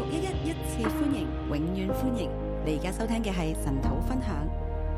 611一次歡迎，永遠歡迎！你而家收聽嘅係神土分享。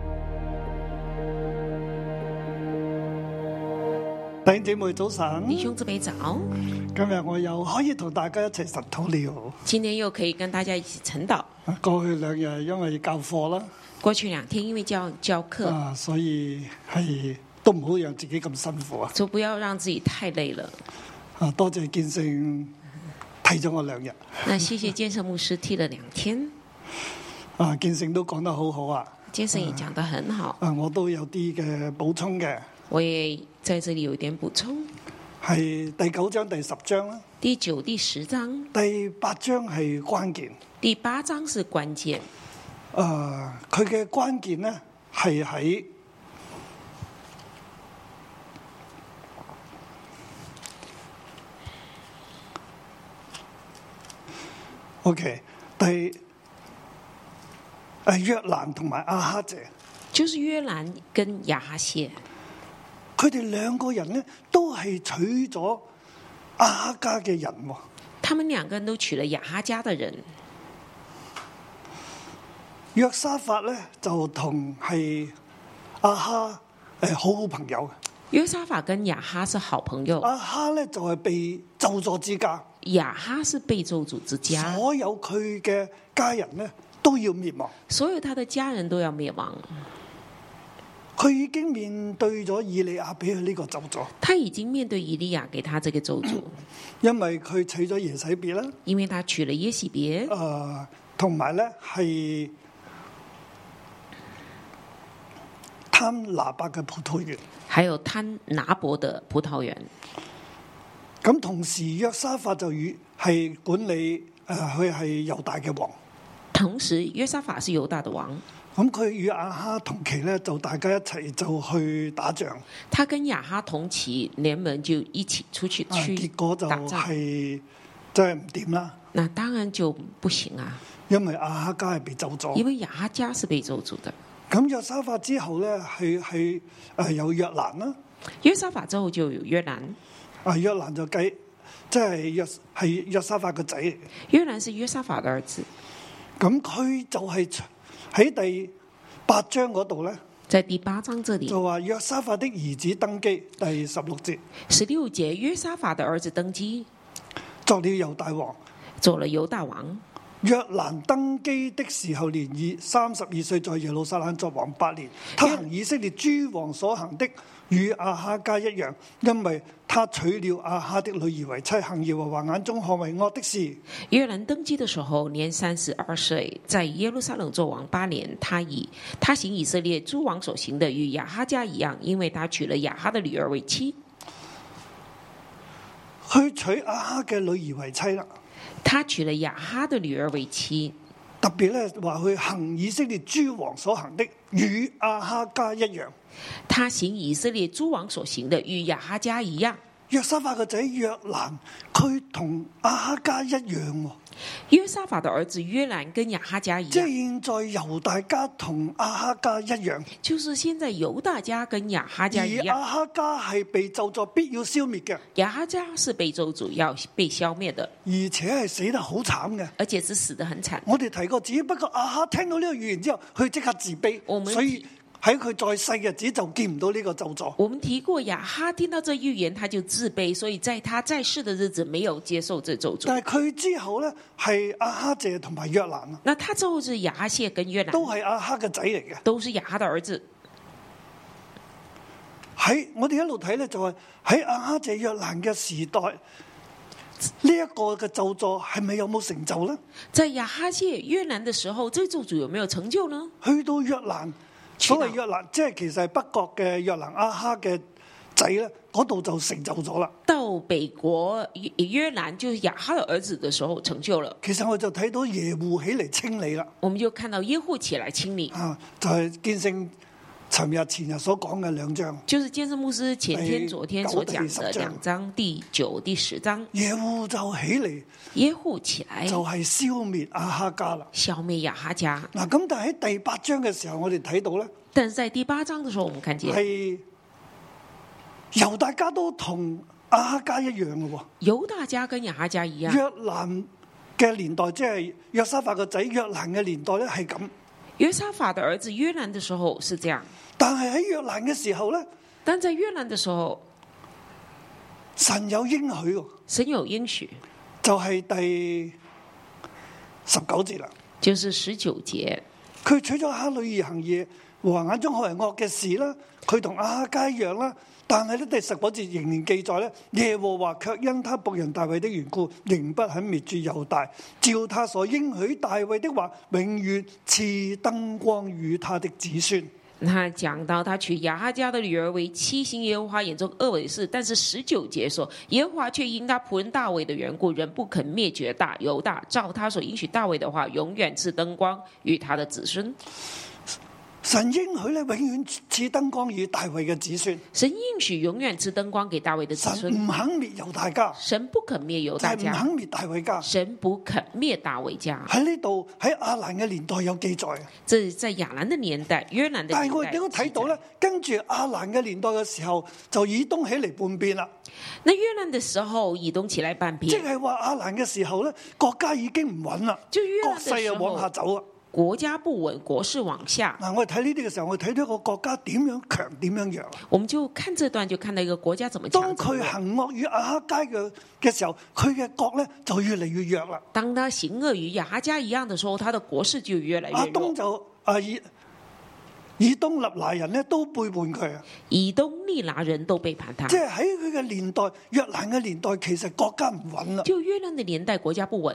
弟兄姊妹早晨， 弟兄姊妹早。 今日我又可以同大家一齊神土了。 今天又可以跟大家一起晨禱。 過去2日因為教課啦， 過去2天因為教課所以係都唔好讓自己咁辛苦啊。 就不要讓自己太累了。 多謝建聖替咗我2日。 那謝謝建聖牧師替了2天。 建聖都講得好好啊。 建聖也講得很好。 我都有啲嘅補充嘅。 我也在這裡有一點補充。 係第9章第10章啦。 第9、第10章。 第8章係關鍵。 第8章是關鍵。 佢嘅關鍵呢係喺OK 約蘭同埋亞哈謝， 就是約蘭跟亞哈謝， 佢哋2個人呢都係娶咗亞哈家嘅人。 他們2個人都娶了亞哈家的人。 約沙法呢就同係亞哈好朋友。 約沙法跟亞哈是好朋友。 亞哈呢就係被咒詛之家。 亞哈是被咒詛之家， 所有佢嘅家人呢都要滅亡， 所有他的家人都要滅亡。 佢已經面對咗以利亞俾佢呢個咒詛， 他已經面對以利亞給他這個咒詛， 因為佢娶咗耶洗別啦， 因為他娶了耶洗別， 同埋呢係貪拿伯嘅葡萄園， 還有貪拿伯的葡萄園。 咁同時約沙法就係管理佢係猶大嘅王。 同時約沙法是猶大的王。 咁佢與亞哈同期呢，就大家一齊就去打仗。 他跟亞哈同期聯盟就一起出去結果就係真係唔掂啦。 那當然就不行啊， 因為亞哈家係被咒詛。 因為亞哈家是被咒詛的。 咁約沙法之後呢，係有約蘭啦。 約沙法之後就有約蘭。 約蘭就即係約沙法個仔。 約蘭是約沙法的兒子。 咁佢就係喺第8章嗰度呢， 在第8章這裡就話約沙法的兒子登基，第16節。 16節，約沙法的兒子登基， 作了猶大王。 做了猶大王。 約蘭登基的時候年32歲，在耶路撒冷作王8年。他行以色列諸王所行的，與亞哈家一樣，因為他娶了亞哈的女兒為妻，行耶和華眼中看為惡的事。 約蘭登基的時候年32歲，在耶路撒冷作王8年。他行以色列諸王所行的，與亞哈家一樣，因為他娶了亞哈的女兒為妻。 去娶亞哈嘅女兒為妻啦。 他娶了亞哈的女兒為妻。 特別咧話佢行以色列諸王所行的，與亞哈家一樣。 他行以色列諸王所行的，與亞哈家一樣。 約沙法個仔約蘭，佢同亞哈家一樣。 約沙法的兒子約蘭跟亞哈家一樣。 即係現在猶大家同亞哈家一樣。 就是現在猶大家跟亞哈家一樣。 而亞哈家係被咒詛必要消滅嘅。 亞哈家是被咒詛要被消滅的， 而且係死得好慘嘅。 而且是死得很慘。 我哋提過，只不過亞哈聽到呢個預言之後，佢即刻自卑，所以喺佢在世日子就見唔到呢個咒詛。 我們提過亞哈聽到這預言，他就自卑，所以在他在世的日子沒有接受這咒詛。 但係佢之後呢，係亞哈謝同埋約蘭啊。 那他之後是亞哈謝跟約蘭， 都係亞哈嘅仔嚟嘅， 都是亞哈的兒子。 喺我哋一路睇呢，就係喺亞哈謝約蘭嘅時代，呢一個嘅咒詛係咪有冇成就呢？ 在亞哈謝約蘭的時候，這個咒詛有沒有成就呢？ 去到約蘭，所謂約蘭，即係其實係北國嘅約蘭亞哈嘅仔咧，嗰度就成就咗啦。 到北國約蘭，就是亞哈的兒子的時候成就了。 其實我就睇到耶戶起嚟清理啦。 我們就看到耶戶起來清理。 就係建聖前日所講嘅2章， 就是建聖牧師前天、昨天所講的2章，第9、第10章。 耶戶就起嚟， 耶戶起來就係消滅亞哈家啦， 消滅亞哈家。 嗱，咁但係喺第8章嘅時候，我哋睇到咧， 但是在第8章嘅時候，我們看見係猶大家都同亞哈家一樣嘅喎。 猶大家跟亞哈家一樣。 約蘭嘅年代，即係約沙法個仔約蘭嘅年代咧，係咁。 約沙法的兒子約蘭的時候是這樣， 但係喺約蘭嘅時候咧， 但在約蘭的時候， 神有應許喎， 神有應許， 就係第19節啦。 就是19節， 佢娶咗亞哈女兒行耶和華眼中看為惡嘅事啦，佢同亞哈家一樣啦。但係咧，第19節仍然記載咧，耶和華卻因他僕人大衛的緣故，仍不肯滅絕猶大，照他所應許大衛的話，永遠賜燈光與他的子孫。 他講到他娶亞哈家的女兒為妻，行耶和華眼中惡為的事，但是19節說，耶和華卻因他僕人大衛的緣故，仍不肯滅絕猶大，照他所應許大衛的話，永遠賜燈光與他的子孫。 神應許咧，永遠賜燈光與大衛嘅子孫。 神應許永遠賜燈光給大衛的子孫。 神唔肯滅猶大家， 神不肯滅猶大家， 唔肯滅大衛家。 神不肯滅大衛家。 喺呢度喺亞蘭嘅年代有記載。 這在亞蘭的年代，約蘭的年代。 但係我哋點解睇到咧？跟住亞蘭嘅年代嘅時候，就以東起嚟叛變啦。 那約蘭的時候，以東起來叛變， 即係話亞蘭嘅時候咧，國家已經唔穩啦，國勢又往下走啊。 國家不穩，國勢往下。 嗱，我哋睇呢啲嘅時候，我哋睇到一個國家點樣強，點樣弱。 我們就看這段，就看到一個國家怎麼強。 當佢行惡於亞哈家嘅時候，佢嘅國咧就越嚟越弱啦。 當他行惡於亞哈家一樣的時候，他的國勢就越來越弱。 亞東就以東立拿人咧都背叛佢啊！ 以東立拿人都背叛他。 即係喺佢嘅年代，約蘭嘅年代，其實國家唔穩啦。 就約蘭嘅年代，國家不穩。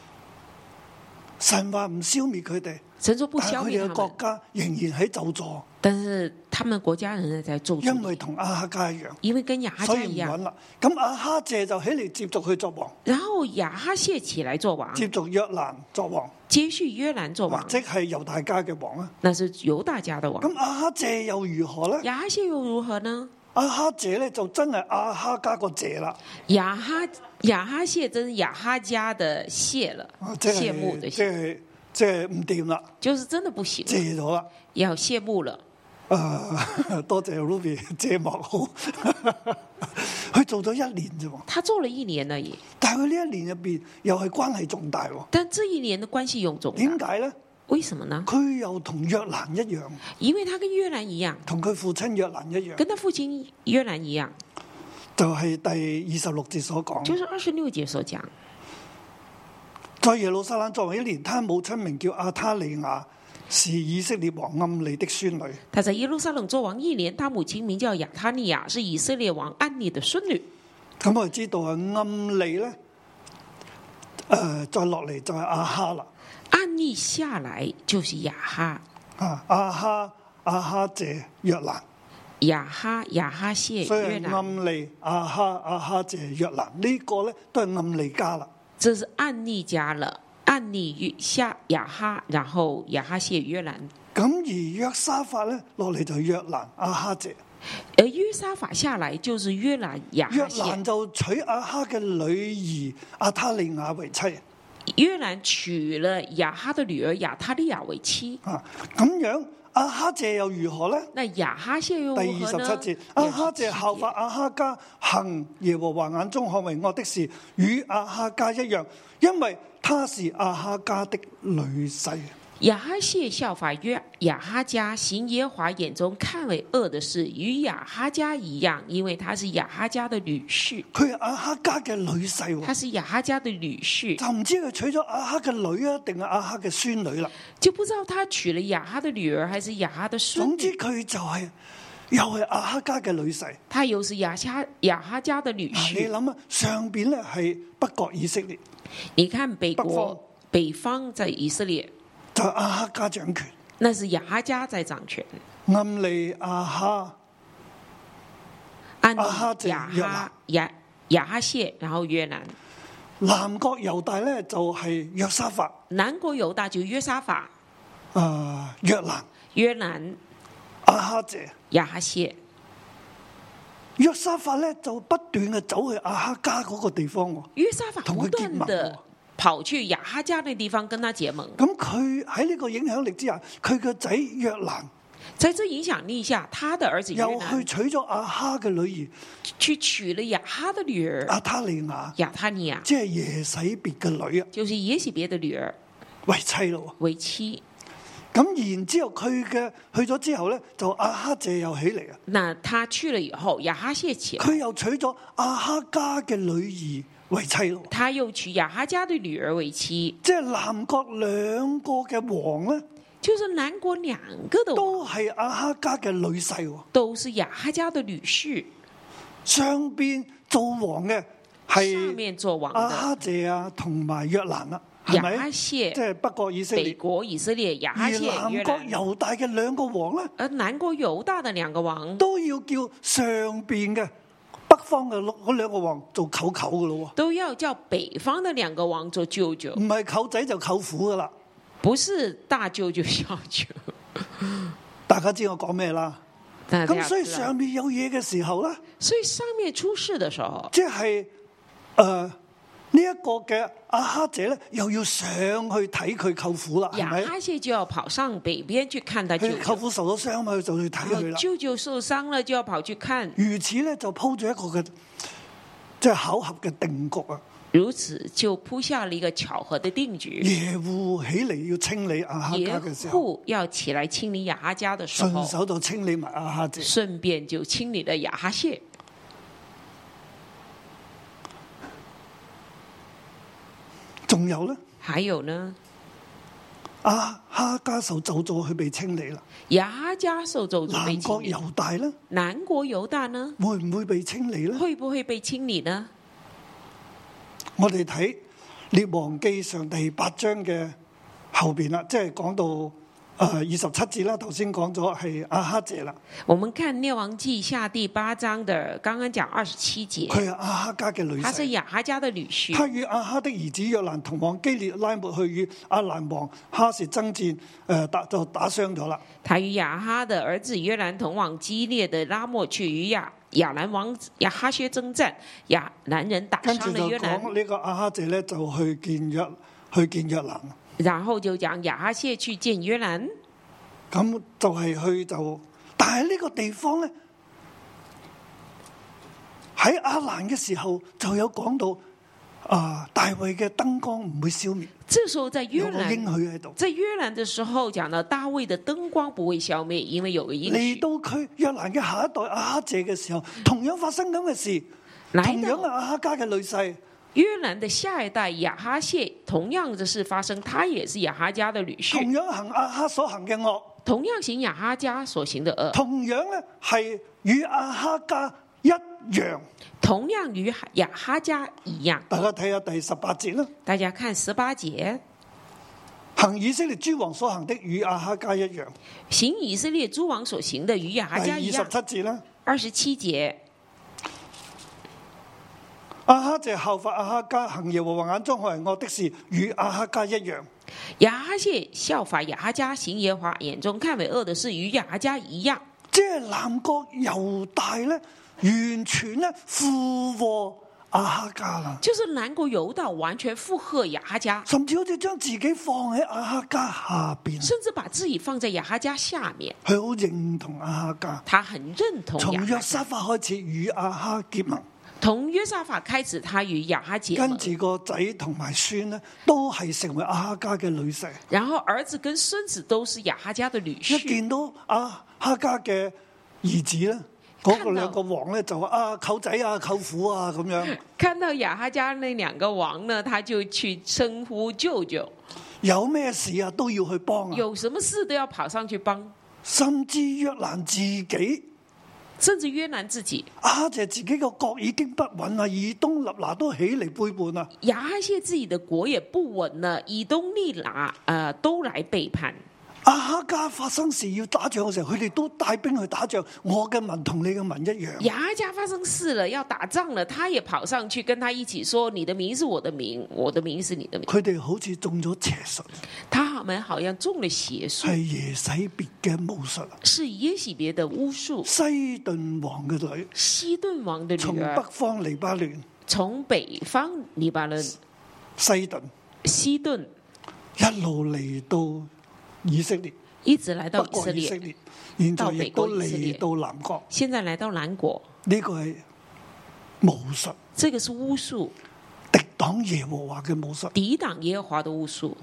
神話唔消滅佢哋， 神說不消滅他們， 但係佢哋嘅國家仍然喺咒詛。 但是他們國家仍然在咒詛， 因為同亞哈家一樣， 因為跟亞哈家一樣。 所以唔穩啦。咁亞哈謝就起嚟接續去作王， 然後亞哈謝起來作王， 接續約蘭作王， 接續約蘭作王， 即係猶大家嘅王啊。 那是猶大家的王。 咁亞哈謝又如何呢？ 亞哈謝又如何呢？ 亞哈謝咧就真係亞哈家個謝啦。 亞哈謝真係亞哈家的謝了，謝幕的謝。 即係唔掂啦， 就是真的不行， 謝咗啦， 要謝幕了。 多謝 Ruby 謝幕好，佢做咗1年啫喎。 他做了1年而已， 但係佢呢1年入邊又係關係重大喎。 但這1年的關係又重大， 點解咧？ 為什麼呢？ 佢又同約蘭一樣， 因為他跟約蘭一樣， 同佢父親約蘭一樣， 跟他父親約蘭一樣， 就係第26節所講， 就是26節所講。 在耶路撒冷作王1年，他母親名叫亞他利雅，是以色列王暗利的孫女。 他在耶路撒冷作王1年，他母親名叫亞他利雅，是以色列王暗利的孫女。 咁我哋知道啊，暗利咧，再落嚟就係亞哈啦。 暗利下來就是亞哈， 亞哈謝約蘭。 亞哈謝約蘭。 暗利亞哈謝約蘭呢個咧都係暗利家啦。 這是暗利家了，暗利下亞哈，然後亞哈謝約蘭。 咁而約沙法咧落嚟就約蘭亞哈謝。 而約沙法下來就是約蘭亞哈謝。約蘭就娶亞哈嘅女兒亞他利雅為妻。 約蘭娶了亞哈的女兒亞他利雅為妻。 咁樣亞哈謝又如何呢？ 那亞哈謝又如何呢？ 第27節，亞哈謝效法亞哈家行耶和華眼中看為惡的事，與亞哈家一樣，因為他是亞哈家的女婿。 亞哈謝效法亞哈家行耶和華眼中看為惡的事，與亞哈家一樣，因為他是亞哈家的女婿。 佢係亞哈家嘅女婿， 他是亞哈家的女婿， 就唔知佢娶咗亞哈嘅女啊，定係亞哈嘅孫女啦？ 就不知道他娶了亞哈的女兒，還是亞哈的孫女。 總之佢就係又係亞哈家嘅女婿， 他又是亞哈家的女婿。 你諗啊，上邊咧係北國以色列， 你看北方在以色列。 就亞哈家掌權， 那是亞哈家在掌權。 暗利亞哈謝，然後約蘭。 南國猶大咧就係約沙法， 南國猶大就約沙法。 約蘭，亞哈謝， 亞哈謝。 約沙法咧就不斷嘅走去亞哈家嗰個地方， 約沙法不斷的跑去亞哈家那地方跟他結盟。 咁佢喺呢個影響力之下，佢個仔約蘭， 在這影響力下，他的兒子約又去蘭娶咗亞哈嘅女兒去娶了亞哈的女兒亞他利雅， 亞他尼亞， 即係耶洗別嘅女啊， 就是耶洗別的女兒為妻咯。 為妻。 咁然之後佢嘅去咗之後咧，就亞哈謝又起嚟啊。 那他去了以後，亞哈謝起來， 佢又娶咗亞哈家嘅女兒為妻咯。 他又娶亞哈家的女兒為妻， 即係南國兩個嘅王咧， 就是南國兩個的王都係亞哈家嘅女婿， 都是亞哈家的女婿。 上邊做王嘅上係面做王亞的哈謝啊，同埋約蘭啦，係亞哈咪？ 謝， 即係北國以色北列。 國以色列亞哈而謝南國約蘭， 猶大嘅兩個王咧， 而南國猶大的兩個王都要叫上邊嘅北方嘅嗰兩個王做舅舅噶咯， 都要叫北方的兩個王做舅舅， 唔係舅仔就舅父噶啦。 不是大舅舅小舅。 大家知我講咩啦？ 大家咁所以知道上面有嘢嘅時候咧， 所以上面出事的時候， 即係呢一個嘅亞哈姐咧，又要上去睇佢舅父啦，係亞咪？ 哈謝就要跑上北邊去看他舅佢舅舅， 父受咗傷嘛，佢就去睇佢啦。 舅舅受傷了就要跑去看， 如此咧就鋪咗一個嘅即係巧合嘅定局啊！ 如此就鋪下了一個巧合的定局。 耶戶起嚟要清理亞哈耶家嘅時候， 戶要起來清理亞哈家的時候， 順手就清理埋亞哈姐。 順便就清理了亞哈謝。 仲有咧， 還有呢， 亞哈家受咒詛，佢被清理啦。 亞哈家受咒詛被南國清理， 猶大咧， 南國猶大呢， 會唔會被清理咧？ 會不會被清理呢？ 我哋睇列王記上第8章嘅後邊啦，即係講到27節啦。頭先講咗係亞哈謝啦， 我們看列王記下第8章的，剛剛講27節， 佢係亞哈家嘅女他是婿。 亞哈家的女婿。 他與亞哈的兒子約蘭同往基列拉末去與亞蘭王哈薛爭戰，打傷咗啦。 他與亞哈的兒子約蘭同往基列的拉末去與亞蘭王亞哈薛爭戰，亞蘭人打跟住就傷了約蘭。 講呢個亞哈謝咧就去見約蘭， 然後就講亞哈謝去見約蘭， 咁就係去就，但係呢個地方咧喺亞蘭嘅時候就有講到大衛嘅燈光唔會消滅， 這時候在約有個應蘭， 許喺度。 在約蘭的時候講到大衛的燈光不會消滅，因為有個應嚟許。 到佢約蘭嘅下一代亞哈謝嘅時候，同樣發生咁嘅事， 來同樣到亞哈家嘅女婿。 約蘭的下一代亞哈謝，同樣的事發生，他也是亞哈家的女同婿， 樣行亞哈所行嘅惡， 同樣行亞哈家所行的惡， 同樣咧係與亞哈家一樣。 同樣與亞哈家一樣。 大家睇下第18節啦， 大家看18節， 行以色列諸王所行的與亞哈家一樣。 行以色列諸王所行的與亞哈第家一樣。 27節啦， 27節， 亞哈謝效法亞哈家行耶和華眼中看為惡的事，與亞哈家一樣。 亞哈謝效法亞哈家行耶和華眼中看為惡的事，與亞哈家一樣。 即係南國猶大咧，完全咧附和亞哈家啦， 就是南國猶大完全附和亞哈家， 甚至好似將自己放喺亞哈家下邊， 甚至把自己放在亞哈家下面。 佢好認同亞哈家。 他很認同從約亞哈家。 沙法開始與亞哈結盟， 從約沙法開始，他與亞哈結盟， 跟住個仔同埋孫咧，都係成為亞哈家嘅女婿。 然後兒子跟孫子都是亞哈家的女一婿。 見到亞哈家嘅兒子咧，嗰個兩個王咧就話舅仔啊、舅父啊咁樣。 看到亞哈家那兩個王呢，他就去稱呼舅舅， 有咩事啊都要去幫啊， 有什麼事都要跑上去幫， 甚至約蘭自己。 甚至約蘭自己， 亞哈謝自己個國已經不穩啦，以東立拿都起嚟背叛啦。 亞哈謝自己的國也不穩了，以東利拿都來背叛。 亞哈家發生事要打仗嘅時候，佢哋都帶兵去打仗。我嘅民同你嘅民一樣。 亞哈家發生事了，要打仗了，他也跑上去跟他一起說：你的名是我的名，我的名是你的名。 佢哋好似中咗邪術， 他們好像中了邪術， 係耶洗別嘅巫術。 是耶洗別的巫術。 西頓王嘅女， 西頓王的女從北兒， 方黎巴嫩， 從北方黎巴嫩西頓西頓一路嚟到以色列， 一直來到北國以色列， 以色列，現在亦都嚟到南國。 現在來到南國， 呢個係巫術， 這個是巫術， 敵擋耶和華嘅巫術， 抵擋耶和華的巫術，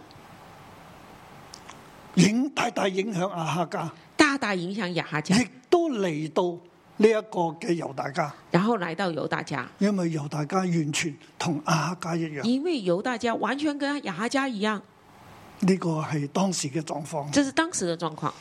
大大影響亞哈家， 大大影響亞哈家， 亦都嚟到呢一個嘅猶大家， 然後來到猶大家， 因為猶大家完全同亞哈家一樣， 因為猶大家完全跟亞哈家一樣， 呢個係當時嘅狀況。 這是當時的狀況，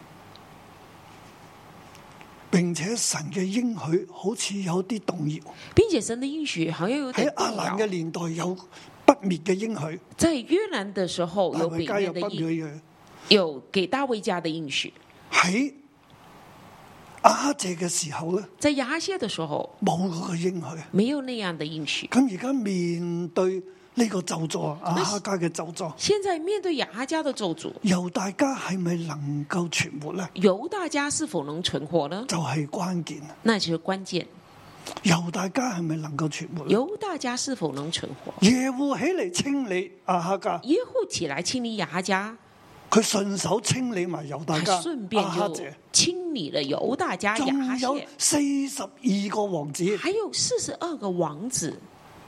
並且神嘅應許好似有啲動搖， 並且神的應許好像有點喺亞蘭嘅動搖。 年代有不滅嘅應許， 在約蘭的時候有北大衛家有面的應， 不滅嘅應許。 有給大衛家的應許。 喺亞哈謝嘅時候咧， 在亞哈謝的時候冇嗰個應許。 沒有那樣的應許。 咁而家面對呢個咒詛，亞哈家嘅咒詛， 現在面對亞哈家的咒詛， 猶大家係咪能夠存活咧？ 猶大家是否能存活呢？ 就係關鍵。 那就是關鍵。 猶大家係咪能夠存活咧？ 猶大家是否能存活？ 耶戶起嚟清理亞哈家， 耶戶起來清理亞哈家， 佢順手清理埋猶大他家， 順便就亞哈謝， 清理了猶大家亞哈仲有謝， 42個王子， 還有42個王子。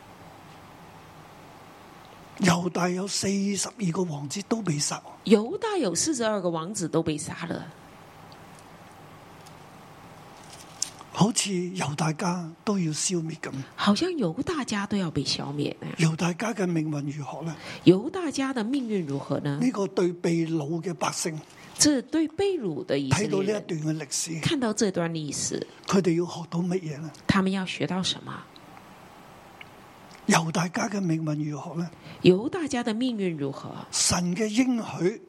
猶大有42個王子都被殺， 猶大有42個王子都被殺了， 好似猶大家都要消滅咁。 好像猶大家都要被消滅那樣。 猶大家嘅命運如何呢？ 猶大家的命運如何呢？ 呢個對被擄嘅百姓這對被擄的以色睇到列呢一段人嘅歷史， 看到這段歷史， 佢哋要學到乜嘢呢？ 他們要學到什麼？ 猶大家嘅命運如何呢？ 猶大家的命運如何？ 神嘅應許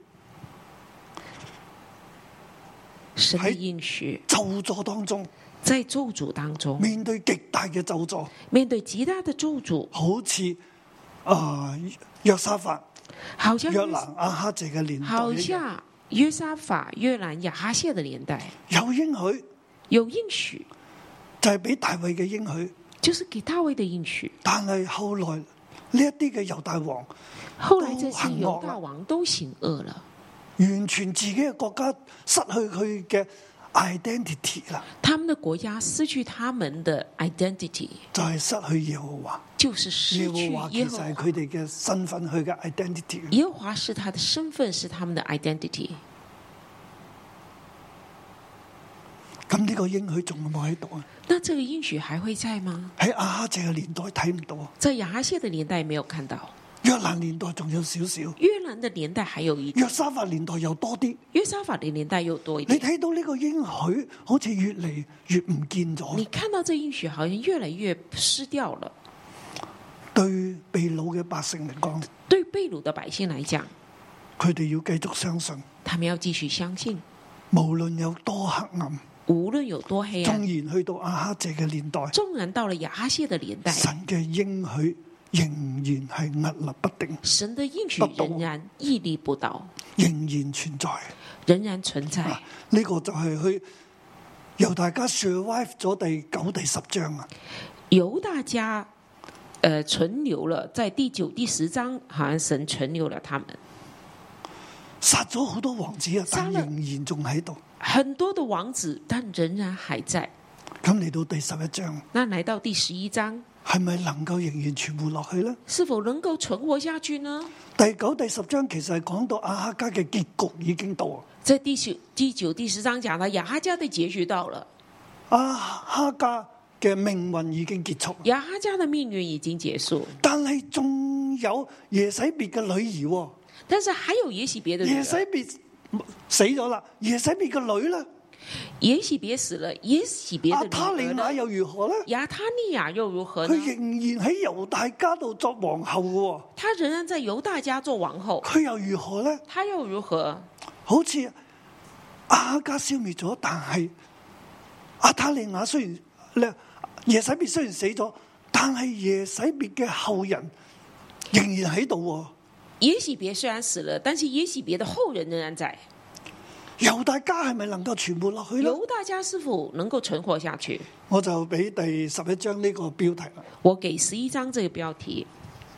神的應許咒詛當中， 在咒詛當中， 面對極大嘅咒詛， 面對極大的咒詛， 好似約沙法、 好像約蘭、亞哈謝嘅年代好一樣， 像約沙法、約蘭、亞哈謝的年代， 有應許有應許， 就係俾大衛嘅應許， 就是給大衛的應許。 但係後來呢一啲嘅猶大王， 後來這些都行惡猶大王都行惡了， 完全自己嘅國家失去佢嘅 identity 啦， 他們的國家失去他們的 identity， 就係失去耶和華。 就是失耶去和華其實耶和華。 係佢哋嘅身份，佢嘅 identity。 耶和華是他的身份，是他們的 identity。 咁呢個應許仲有冇喺度啊？ 那這個應許還會在嗎？ 喺亞哈謝嘅年代睇唔到， 在亞哈謝的年代沒有看到， 約蘭年代仲有少少， 約蘭的年代還有一點， 約沙法年代又多啲。 約沙法的年代又多一你點。 睇到呢個應許好似越嚟越唔見你咗， 看到這應許好像越來越失掉了。 對被擄嘅百姓嚟講， 對被擄的百姓來講， 佢哋要繼續相信， 他們要繼續相信， 無論有多黑暗， 無論有多黑縱暗， 然去到亞哈謝嘅年代， 縱然到了亞哈謝的年代， 神嘅應許仍然係屹立不定， 神的應許不倒仍然屹立不倒， 仍然存在。 仍然存在。 呢個就係去由大家 survive 咗第9、第10章啊！ 猶大家存留了，在第9、第10章，好像神存留了他們， 殺咗好多王子啊，但仍然仲喺度。 很多的王子，但仍然還在。 咁嚟到第11章， 那來到第11章， 係咪能夠仍然存活落去呢？ 是否能夠存活下去呢？ 第9、第10章其實係講到亞哈家嘅結局已經到啊！ 在第9、第10章講到亞哈家的結局到了， 亞哈家嘅命運已經結束， 亞哈家的命運已經結束， 但係仲有耶洗別嘅女兒喎， 但是還有耶洗別的女耶洗兒， 別死咗啦，耶洗別嘅女呢？ 耶洗別死了，耶洗別的女亞他利兒呢？ 雅又如何呢？ 亞他利雅又如何呢佢？仍然喺猶大家度作皇后嘅喎， 她仍然在猶大家做王后， 佢又如何呢？ 她又如何？ 好似亞哈家消滅咗，但係亞他利雅雖然咧耶洗別雖然死咗，但係耶洗別嘅後人仍然喺度。 耶洗別雖然死了，但是耶洗別的後人仍然在。 猶大家係咪能夠存活落去呢？ 猶大家是否能夠存活下去？ 我就俾第11章呢個標題啦。 我給11章這個標題。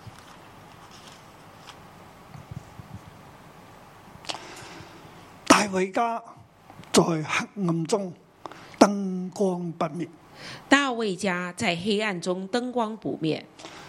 大衛衛家在黑暗中燈光不滅。 大衛家在黑暗中燈光不滅。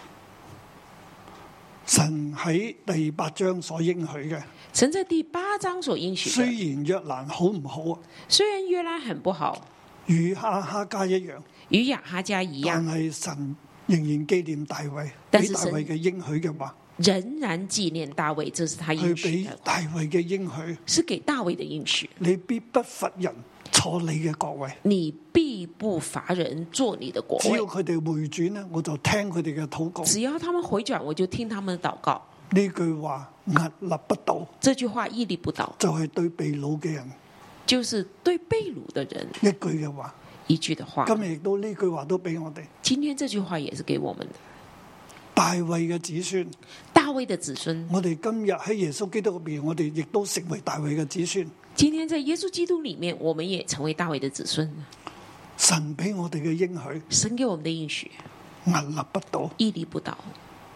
神喺第8章所應許嘅， 神在第8章所應許的。 雖然約蘭好唔好啊？ 雖然約蘭很不好， 與亞哈家一樣， 與亞哈家一樣， 但係神仍然紀念大衛，俾但是大衛嘅應許嘅話， 仍然紀念大衛，這是他應許佢俾的， 大衛嘅應許， 是給大衛的應許。 你必不罰人坐你嘅國位， 你必不罰人坐你的國只要位。 佢哋回轉呢，我就聽佢哋嘅禱告。 只要他們回轉，我就聽他們的禱告。 呢句話屹立不倒， 這句話屹立不倒， 就係對被擄嘅人就是對被擄的人一句嘅話。 一句的話。 今日亦都呢句話都俾我哋。 今天這句話也是給我們的。 大衛嘅子孫， 大衛的子孫， 我哋今日喺耶穌基督入邊，我哋亦都成為大衛嘅子孫。 今天在耶穌基督裏面，我們也成為大衛的子孫。 神俾我哋嘅應許， 神給我們的應許， 屹立不倒。 屹立不倒。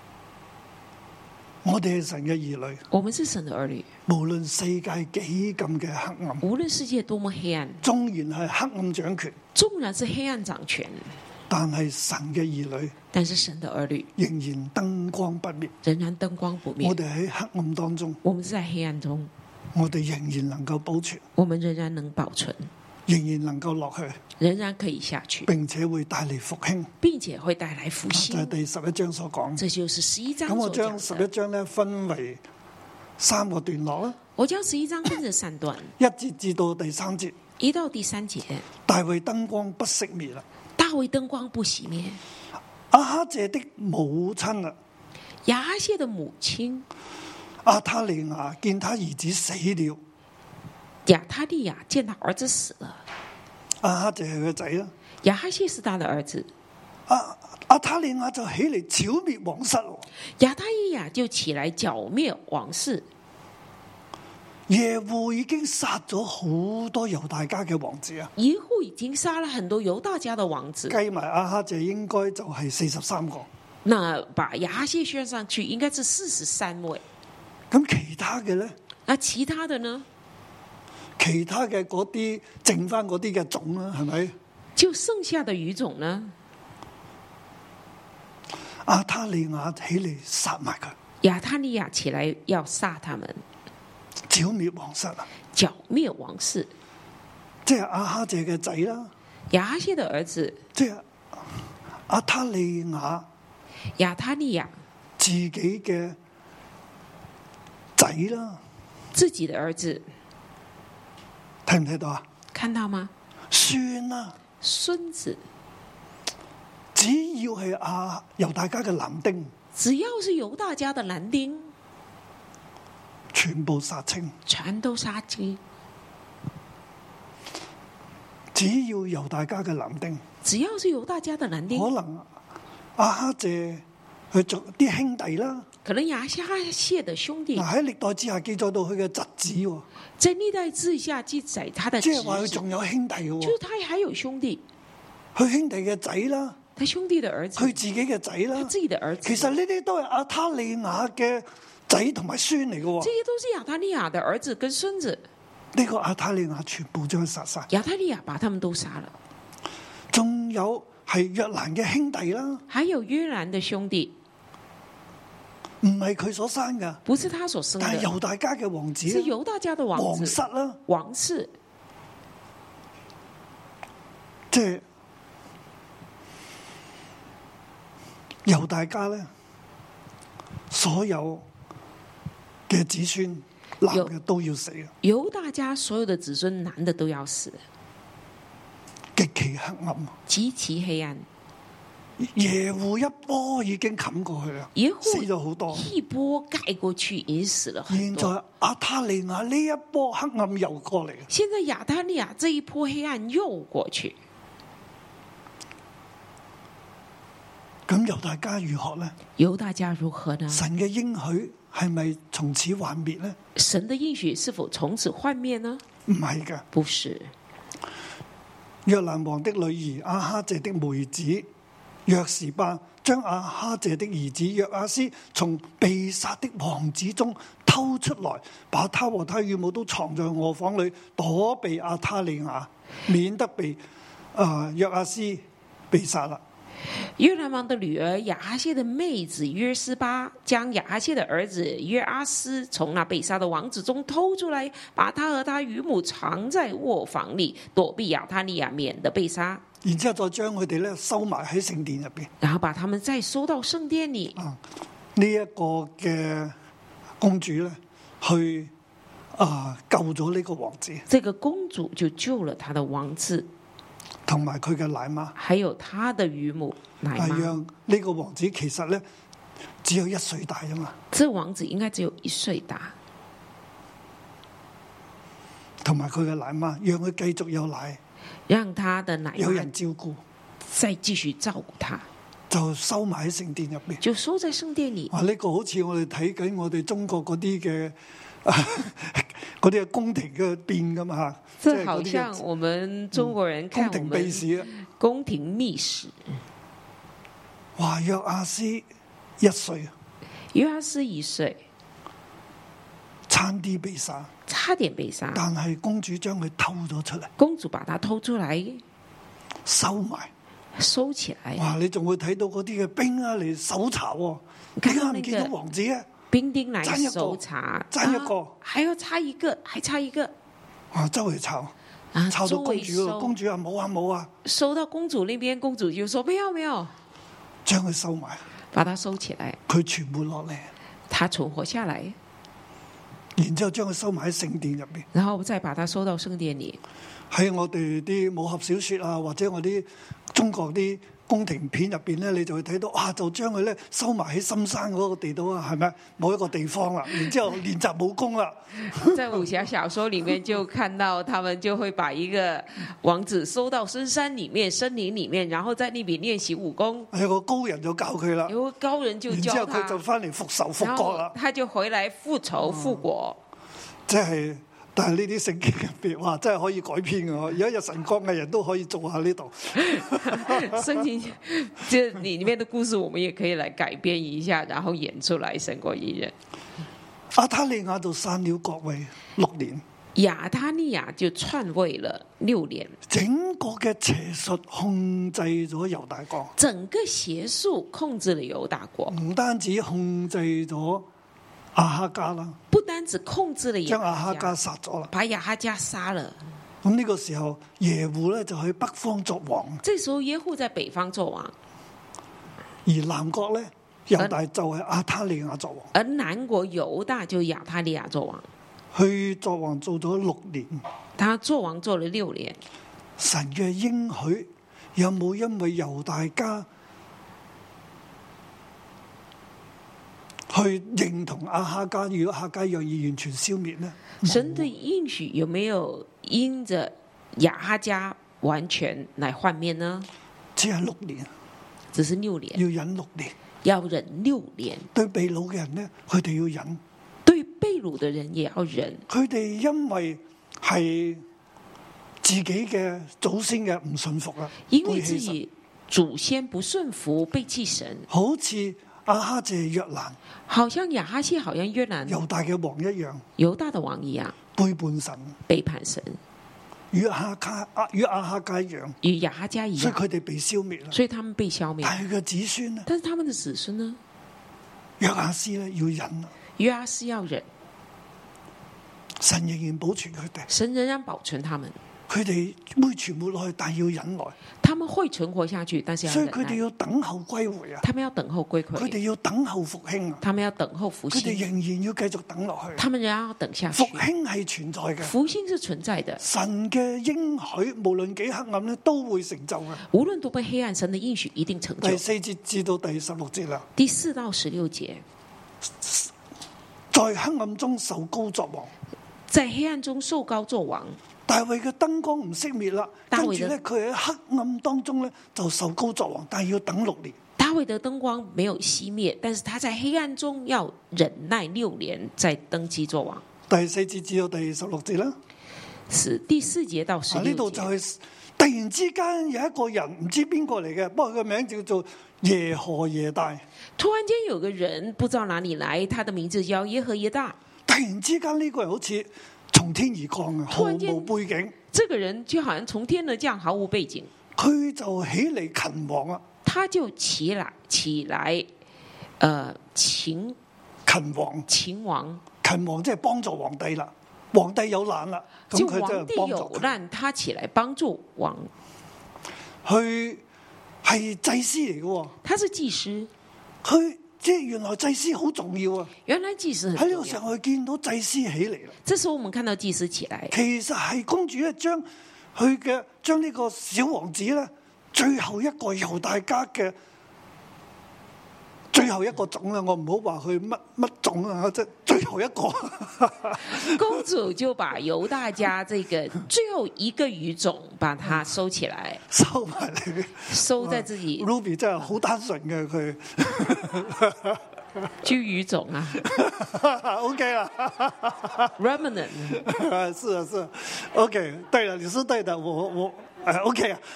我哋係神嘅兒女， 我們是神的兒女。 無論世界幾咁嘅黑暗， 無論世界多麼黑暗， 縱然係黑暗掌權， 縱然是黑暗掌權， 但係神嘅兒女但是神的兒女仍然燈光不滅。 仍然燈光不滅。 我哋喺黑暗當中， 我們是在黑暗中， 我哋仍然能夠保存， 我們仍然能保存， 仍然能夠落去， 仍然可以下去， 並且會帶嚟復興。 並且會帶來復興。 就係第11章所講。 這就是11章咁我所將講的。 11章咧分為3個段落啦， 我將11章分成3段 1節至到第3節。 ，1到第3節， 大衛燈光不熄滅啦。 大衛燈光不熄滅。 亞哈謝的母親啊， 亞哈謝的母親亞他利雅見他兒子死了， 亞他利雅見他兒子死了。 亞哈謝係佢個仔啦。 亞哈謝是他的兒子， 亞他利雅就起嚟剿滅王室。 亞他利雅就起來剿滅王室。 耶戶已經殺咗好多猶大家嘅王子啊， 耶戶已經殺了很多猶大家的王子， 計埋亞哈謝應該就係43個。 那把亞哈謝算上去，應該是43位。 咁其他嘅呢？ 那其他的呢？ 其他嘅嗰啲剩翻嗰啲嘅種啦，係咪？ 就剩下的餘種呢？ 亞他利雅起嚟殺埋佢， 亞他利雅起來要殺他們， 剿滅王室啊！ 剿滅王室。 即係亞哈謝嘅仔啦， 亞哈謝的兒子， 即係亞他利雅亞他利雅自己嘅仔啦， 自己的兒子， 睇唔睇到啊？ 看到嗎？ 孫啦， 孫子， 只要係猶大家嘅男丁， 只要是猶大家的男丁， 全部殺清。 全都殺盡。 只要猶大家嘅男丁， 只要是猶大家的男丁， 可能亞哈謝佢做啲兄弟啦。 可能亞哈謝的兄弟， 嗱，喺歷代志下記載到佢嘅侄子喎， 在歷代志下記載他的侄子， 即係話佢仲有兄弟嘅喎， 就是他還有兄弟， 佢兄弟嘅仔啦， 他兄弟的兒子， 佢自己嘅仔啦， 他自己的兒子。 其實呢啲都係亞他利雅嘅仔同埋孫嚟嘅喎， 這些都是亞他利雅的兒子跟孫子。 呢個亞他利雅全部將佢殺晒， 亞他利雅把他們都殺了。 仲有係約蘭嘅兄弟啦， 還有約蘭的兄弟， 唔係佢所生噶， 不是他所生的， 但係猶大家嘅王子， 是猶大家的王子， 王室啦， 王室， 即係猶大家咧，所有嘅子孫男嘅都要死嘅， 猶大家所有的子孫男的都要死， 極其黑暗， 極其黑暗。 耶戶一波已經冚過去啦， 耶戶死咗好多。 一波蓋過去，已經死了很現多。 在亞他利雅呢一波黑暗又過嚟， 現在亞他利雅這一波黑暗又過去， 咁猶大家如何呢？ 猶大家如何呢？ 神嘅應許係咪從此幻滅呢？ 神的應許是否從此幻滅呢？ 唔係嘅， 不是。 約蘭王的女兒亞哈謝的妹子約士巴將亞哈謝的兒子約阿斯從被殺的王子中偷出來，把他和他乳母都藏在臥房裏，躲避亞他利雅，免得被約阿斯被殺了。 約蘭王的女兒亞哈謝的妹子約斯巴將亞哈謝的兒子約阿斯從那被殺的王子中偷出來，把他和他乳母藏在臥房裏，躲避亞他利雅，免得被殺。 然之後再將佢哋咧收埋喺聖殿入邊， 然後把他們再收到聖殿裏。 呢一個嘅公主咧，去救咗呢個王子。 這個公主就救了他的王子， 同埋佢嘅奶媽， 還有他的乳母奶媽。 讓呢個王子其實咧只有1歲大啫嘛。 這王子應該只有1歲大。 同埋佢嘅奶媽，讓佢繼續有奶。 讓他的奶媽有人照顧， 再繼續照顧他， 就收埋喺聖殿入邊， 就收在聖殿裏。 哇！呢個好似我哋睇緊我哋中國嗰啲嘅嗰啲嘅宮廷嘅變噶嘛吓， 這好像我們中國人看我們宮廷秘史啊， 宮廷秘史。 哇！約阿斯1歲， 約阿斯1歲， 差啲被殺， 差點被殺， 但係公主將佢偷咗出嚟， 公主把他偷出來， 收埋， 收起來。 哇！你仲會睇到嗰啲嘅兵啊嚟搜查喎，點解唔見到王子啊？ 兵丁來搜查， 爭一個， 還要差一個，還差一個。 哇！周圍抄，抄到公主咯，公主話冇啊冇啊， 收到公主那邊，公主就說沒有沒有， 將佢收埋， 把它收起來， 佢存活落嚟， 他存活下來。 然之後將佢收埋喺聖殿入邊， 然後再把它收到聖殿裏。 喺我哋啲武俠小說啊，或者我啲中國啲宮廷片入邊咧，你就會睇到啊，就將佢咧收埋喺深山嗰個地度啊，係咪某一個地方啦？然之後練習武功啦。 在武俠小說裏面就看到，他們就會把一個王子收到深山裏面、森林裏面，然後在那邊練習武功。 有個高人就教佢啦， 有個高人就教他， 然之後佢就翻嚟復仇復國啦。 他就回來復仇復國。 即係，但係呢啲聖經入邊，哇，真係可以改編嘅。有一日神國藝人都可以做下呢度。 聖經這裏面的故事，我們也可以來改編一下，然後演出來神國藝人。 亞他利雅就篡了國位6年， 亞他利雅就篡位了6年， 整個嘅邪術控制咗猶大國， 整個邪術控制了猶大國， 唔單止控制咗亞哈家啦， 不單止控制了將亞哈家殺咗啦， 把亞哈家殺了。 咁呢個時候耶戶咧就去北方作王， 這時候耶戶在北方作王， 而南國咧猶大就係亞他利雅作王， 而南國猶大就亞他利雅作王。 去作王做咗6年， 他作王做了6年。 神嘅應許有冇因為猶大家去認同亞哈家，如果亞哈家願意完全消滅呢？ 神的應許有沒有因着亞哈家完全來幻滅呢？ 只係6年， 只是6年， 要忍6年， 要忍6年。 對被擄嘅人呢，佢哋要忍； 對被擄的人也要忍。 佢哋因為係自己嘅祖先嘅唔順服啦， 因為自己祖先不順服，背棄神， 好似亞哈謝約蘭， 好像亞哈謝，好像約蘭猶大嘅王一樣， 猶大的王一樣， 背叛神， 背叛神， 與亞哈家一樣， 與亞哈家一樣， 所以佢哋被消滅啦。 所以他們被消滅。 但係佢嘅子孫呢？ 但是他們的子孫呢？ 約阿斯呢要忍， 約阿斯要忍， 神仍然保存佢哋， 神仍然保存他們。 佢哋會存活落去，但要忍耐。 他們會存活下去，但是要忍耐。 所以佢哋要等候歸回啊！ 他們要等候歸回。 佢哋要等候復興啊！ 他們要等候復興。 佢哋仍然要繼續等落去。 他們仍然要等下去。 復興係存在嘅， 復興是存在的。 神嘅應許無論幾黑暗咧，都會成就嘅。 無論多麼黑暗，神的應許一定成就。 第4節至到第16節啦。 第4到16節， 在黑暗中受膏作王， 在黑暗中受膏作王。 大衛嘅燈光唔熄滅啦，跟住咧佢喺黑暗當中咧就受膏作王，但係要等6年。 大衛的燈光沒有熄滅，但是他在黑暗中要忍耐6年，再登基作王。 第4節至到第16節啦， 是第4節到16節。 呢度就係突然之間有一個人唔知邊個嚟嘅，不過佢個名叫做耶何耶大。 突然間有個人不知道哪裏來，他的名字叫耶何耶大。 突然之間呢個人好似從天而降啊，毫無背景。 這個人就好像從天而降，毫無背景。 佢就起嚟勤王啊！ 他就起來，勤王即係幫助皇帝啦。皇帝有難啦，咁佢皇帝有難，他起來幫助王。 佢係祭司嚟嘅， 他是祭司。 佢即係原來祭司好重要啊！ 原來祭司很重要。 喺呢個時候，我見到祭司起嚟啦。 這時候我們看到祭司起來， 其實係公主咧將呢個小王子咧，最後一個猶大家嘅最後一個種啦，我唔好話佢乜種啊，即係最後一個。 公主就把猶大家這個最後一個語種，把它收起來， 收埋嚟， 收在自己。 Ruby 真係好單純嘅佢。 就語種啊 ，OK 啦 ，Remnant 是啊，OK， 對了，你是對的，我OK 啊，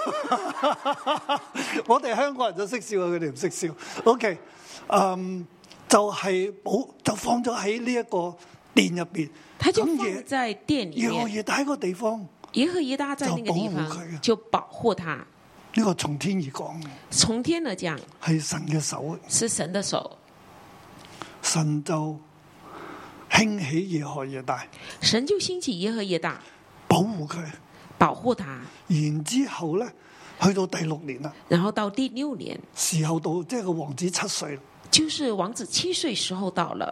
我哋香港人就識笑，佢哋唔識笑。OK， 就放咗喺呢一個殿入邊， 他就放在殿裏面。 耶何耶大喺個地方， 耶何耶大在那個地方就保護他。 呢個從天而降嘅， 從天而降係神嘅手， 是神的手。 神就興起耶何耶大， 神就興起耶何耶大， 保護佢， 保護他。 然之後咧，去到第6年啦， 然後到第6年， 時候到，即係個王子7歲， 就是王子7歲時候到了，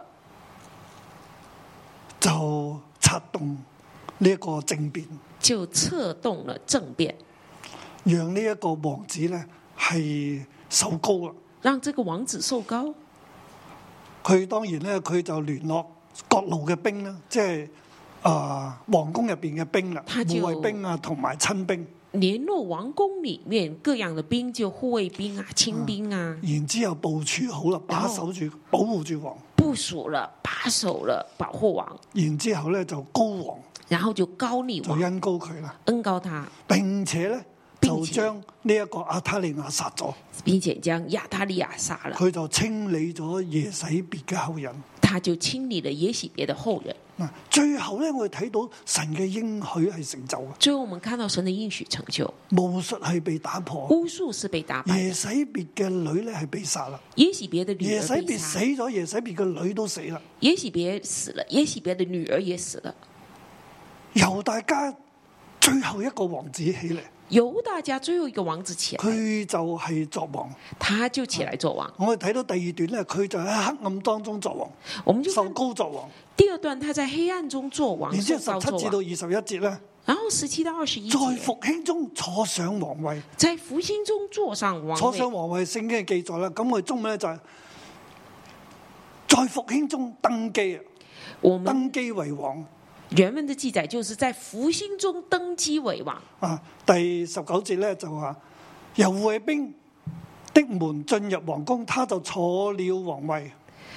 就策動呢一個政變， 就策動了政變， 讓呢一個王子咧係受膏啦， 讓這個王子受膏。 佢當然咧，佢就聯絡各路嘅兵啦，即係皇宮入邊嘅兵啦，護衛兵啊，同埋親兵。 聯絡王宮裏面各樣嘅兵，就護衛兵啊、親兵啊。 然之後部署好啦，把守住、保護住王。 部署了，把守了，保護王。 然之後咧就高王， 然後就高你王， 就恩高佢啦， 恩高他， 並且咧就將呢一個亞他利亞殺咗， 並且將亞他利亞殺了。 佢就清理咗耶洗別嘅後人， 他就清理了耶洗別的後人。 嗱，最後咧我哋睇到神嘅應許係成就嘅。 最後我們看到神的應許成就， 巫術係被打破， 巫術是被打敗， 耶洗別嘅女咧係被殺啦， 耶洗別的女兒耶洗別死咗，耶洗別嘅女都死啦， 耶洗別死了，耶洗別的女兒也死了。 猶大家最後一個王子起嚟， 猶大家最後一個王子起來， 佢就係作王， 他就起來作王。 我哋睇到第2段咧，佢就喺黑暗當中作王， 我們就受膏作王。 第2段，他在黑暗中作王， 然之後17至到21節咧， 然後17到21節， 在復興中坐上皇位， 在復興中坐上皇位， 坐上皇位聖經嘅記載啦。咁我哋中文咧就係在復興中登基啊，登基為王。 原文的記載就是在復興中登基為王。 啊，第19節咧就話由護衛兵的門進入皇宮，他就坐了皇位。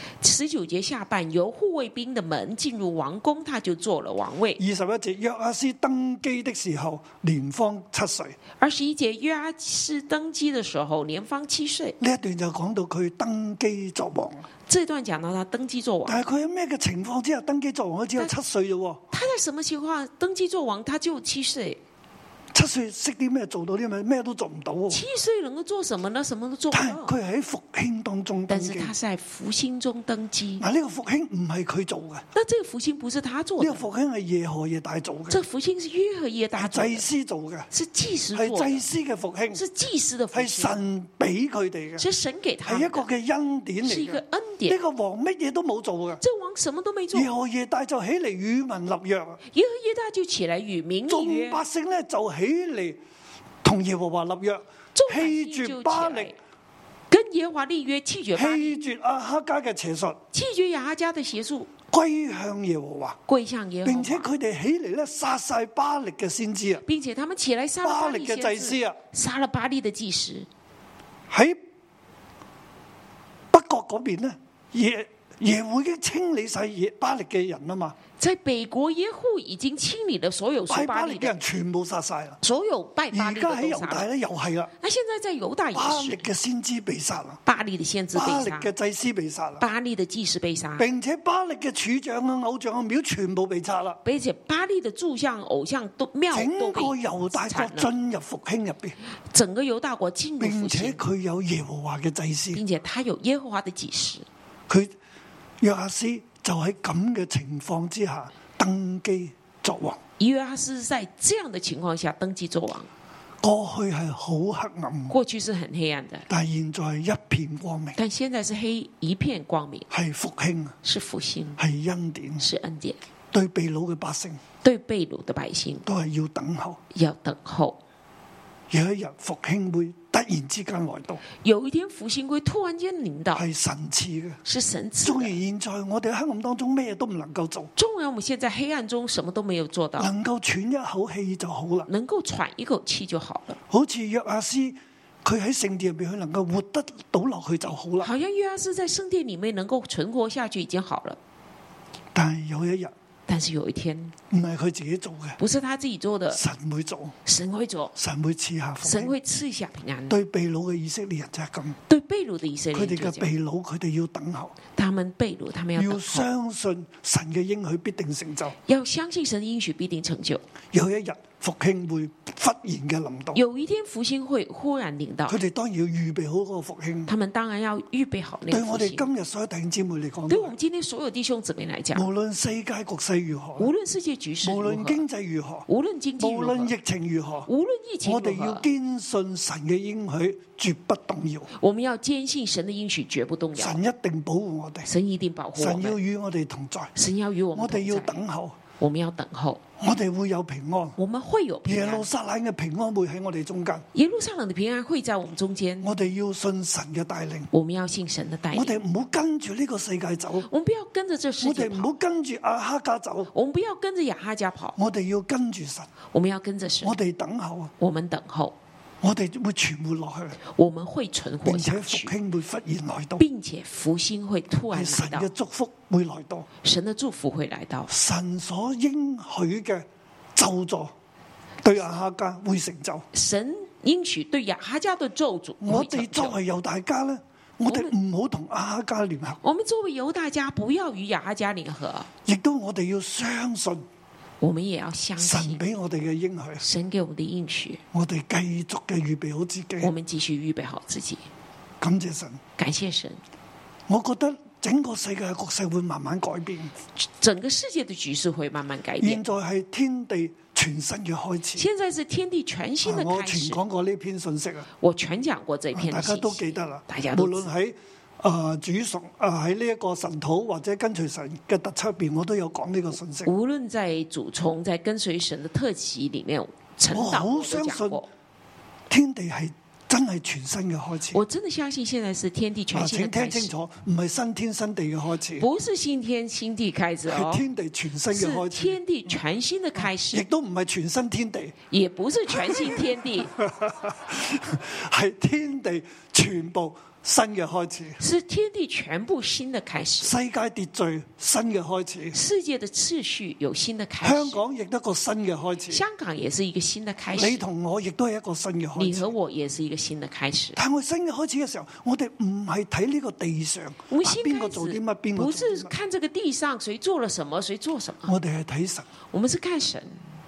19節下半，由護衛兵的門進入王宮，他就做了王位。 21節，約阿斯登基的時候年方7歲。 21節，約阿斯登基的時候年方7歲。 呢一段就講到佢登基作王。 這段講到他登基作王， 但係佢喺咩嘅情況之下登基作王？佢只有7歲啫。 他在什麼情況登基作王？他就7歲。 7歲識啲咩，做到啲咩，咩都做唔到。 7歲能夠做什麼呢？什麼都做唔到。 但係佢係喺復興當中登基。 但是他在復興中登基。 嗱，呢個復興唔係佢做嘅。 那這個復興不是他做的。 呢個復興係耶何耶大做嘅。 這復興是耶何耶大做的。 祭司做嘅。 是祭司做的。 係祭司嘅復興。 是祭司的復興。 係神俾佢哋嘅。 是神給他。 係一個嘅恩典嚟嘅。 是一個恩典。 呢個王乜嘢都冇做嘅。 這王什麼都沒做。 耶何耶大就起嚟與民立約。 耶何耶大就起來與民立約。 眾百姓咧就起嚟。同耶和華立約，棄絕巴力， 跟耶和華立約，棄絕巴力， 棄絕亞哈家嘅邪術， 棄絕亞哈家嘅邪術， 歸向耶和華， 歸向耶和華， 並且佢哋起嚟咧殺晒巴力嘅先知啊， 並且他們起來殺巴力嘅祭司啊， 殺了巴力嘅祭司。 喺北國嗰邊咧， 耶戶已經清理晒巴力嘅人啊嘛， 在北國耶戶已經清理了所有屬拜巴力的， 巴力嘅人全部殺晒啦。 所有拜巴力的而家喺都殺了。 猶大咧又係啦， 那現在在猶大巴也是， 力嘅先知被殺啦， 巴力的先知被殺， 巴力嘅祭司被殺啦， 巴力的祭司被殺， 並且巴力嘅柱像啊、偶像啊廟全部被拆啦。 並且巴力的柱像、偶像都廟整個都被猶大國鏟了， 進入復興入邊， 整個猶大國進入復並且興， 佢有耶和華嘅祭司， 並且他有耶和華的祭司。 佢約阿斯就喺咁嘅情況之下登基作王。 約阿斯在這樣的情況下登基作王， 過去係好黑暗， 過去是很黑暗的， 但係現在係一片光明， 但現在是黑一片光明， 係復興， 是復興， 係恩典， 是恩典。 對被擄嘅百姓對被擄的百姓都係要等候。 要等候， 有一日復興會突然之間來到， 有一天復興會突然間臨到， 係神賜嘅。 是神賜縱的。 然現在我哋喺黑暗當中咩都唔能夠做， 縱然我們現在黑暗中什麼都沒有做到， 能夠喘一口氣就好啦。 能夠喘一口氣就好了。 好似約阿斯，佢喺聖殿入邊，佢能夠活得到落去就好啦。 好像約阿斯在聖殿裡面能夠存活下去已經好了， 但係有一日， 但是有一天唔係佢自己做嘅， 不是他自己做的， 神會做， 神會做， 神會賜下復興。 神會賜下平安。 對被擄嘅以色列人就係咁， 對被擄的以色列佢哋嘅人就這樣， 被擄，佢哋要等候， 他們被擄，他們要要等候， 相信神嘅應許必定成就。 要相信神的應許必定成就。 有一日復興會忽然嘅臨到， 有一天復興會忽然臨到， 佢哋當然要預備好嗰個復興。 他們當然要預備好那個對我哋復興。 今日所有弟兄姊妹嚟講， 對我們今天所有弟兄姊妹來講， 無論世界局勢如何， 無論世界局勢無如何， 論經濟如何， 無論經濟無如何， 論疫情如何， 無論疫情我如何， 哋要堅信神嘅應許絕不動搖。 我們要堅信神的應許絕不動搖。 神一定保護我哋， 神一定保護我神要們， 與我哋同在， 神要與我們我哋要同在， 等候， 我們要等候， 我哋會有平安。 我們會有平耶路安。 撒冷嘅平安會喺我哋中間， 耶路撒冷的平安會在我們中間， 我哋要信神嘅帶領， 我們要信神的帶我領， 哋唔好跟住呢個世界走， 我們不要跟着這世界跑我哋唔好，跟住亞哈家走， 我們不要跟着亞哈家跑， 我哋要跟住神， 我們要跟着神我，哋等候啊， 我們等候， 我哋會存活落去， 我們會存活並且復下去， 興會忽然來到， 並且復興會突然係神來到， 嘅祝福會來到， 神的祝福會來到， 神所應許嘅咒詛對亞哈家會成就。 神應許對亞哈家的咒詛我會成就。 哋作為猶大家咧，我哋唔好同亞哈家聯合， 我們作為猶大家，不要與亞哈家聯合， 亦都我哋要相信我們也要相神信俾我哋嘅應許， 神給我們的應許， 我哋繼續嘅預備好自己。 我們繼續預備好自己。 感謝神， 感謝神， 我覺得整個世界嘅局勢會慢慢改變。 整個世界的局勢會慢慢改變現。在係天地全新嘅開始。 現在是天地全新的我全開始。 講過呢篇信息啊， 我全講過這篇大家都信息記得啦。 大家都無論喺主崇喺呢一個神土或者跟隨神嘅特輯入邊，我都有講呢個信息。 無論在主從在跟隨神的特輯裡面，陳導我都講過。 天地係真係全新嘅開始。 我真的相信現在是天地全新的請聽開始， 清楚，唔係新天新地嘅開始， 不是新天新地開始係哦， 天地全新嘅是開始， 天地全新的開亦始， 都唔係全新天地， 也不是全新天地， 係天地全部新嘅開始， 是天地全部新的開始。 世界秩序新嘅開始， 世界的秩序有新的開始， 香港亦都一個新嘅開始， 香港也是一個新的開你始， 同我亦都係一個新嘅開始你和。我也是一個新的開始。 但係我新嘅開始嘅時候，我哋唔係睇呢個地上我們新邊個開做啲乜，邊始不個做啲乜， 是看這個地上誰做了什麼，誰做什麼， 我哋係睇神， 我們是看神，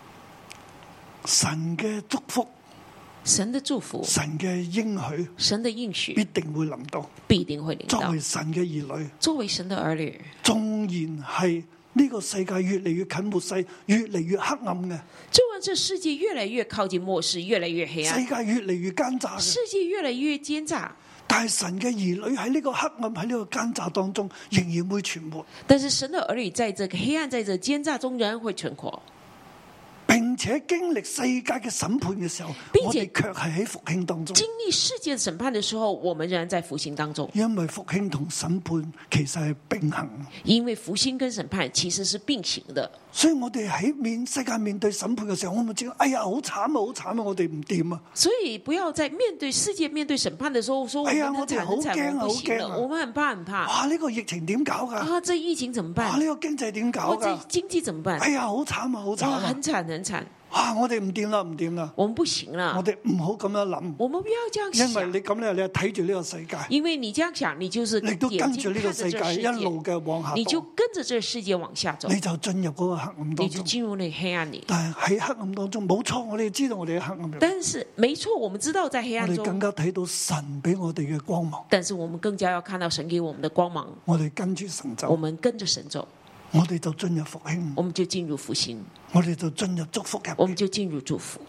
神嘅祝福， 神的祝福， 神嘅應許神的應必許定會臨到。 必定會臨到作為。神嘅兒女， 作為神的兒女， 縱然係呢個世界越嚟越近末世，越嚟越黑暗嘅， 縱然這世界越來越靠近末世，越來越黑世暗， 界越嚟越奸詐嘅， 世界越來越奸詐， 但係神嘅兒女喺呢個黑暗喺呢個奸詐當中，仍然會存活， 但是神的兒女在這個黑暗，在這個奸詐中仍然會存活， 並並且經歷世界嘅審判嘅時候，我並且哋卻係喺復興當中。 經歷世界審判的時候，我們仍然在復興當中。 因為復興同審判其實係並行， 因為復興跟審判其實是並行的。 所以我哋喺世界面對審判嘅時候，我咪知道，哎呀，好慘啊，好慘啊，我哋唔掂啊！ 所以不要在面對世界、面對審判的時候說， 哎呀， 我們很慘，我們不行了，我們很怕很怕。 哇，呢個疫情點搞噶？ 啊，這疫情怎麼辦？ 哇，呢個經濟點搞哇， 噶？ 這經濟怎麼辦？ 哎呀，好慘啊，好慘啊！ 很慘很慘。 哇！我哋唔掂啦，唔掂啦， 我們不行啦。 我哋唔好咁樣諗。 我們不要這樣想。 因為你咁咧，你係睇住呢個世界。 因為你這樣想，你就是你都跟住呢個世界一路嘅往下， 你就跟着這個世界往下走， 你就進入嗰個黑暗當中。 你就進入那個黑暗裏。 但係喺黑暗當中，冇錯，我哋知道我哋喺黑暗裏。 但是沒錯，我們知道在黑暗中， 我哋更加睇到神俾我哋嘅光芒。 但是我們更加要看到神給我們的光芒。 我哋跟住神走， 我們跟着神走。 我哋就進入復興， 我們就進入復興， 我哋就進入祝福入邊， 我們就進入祝福。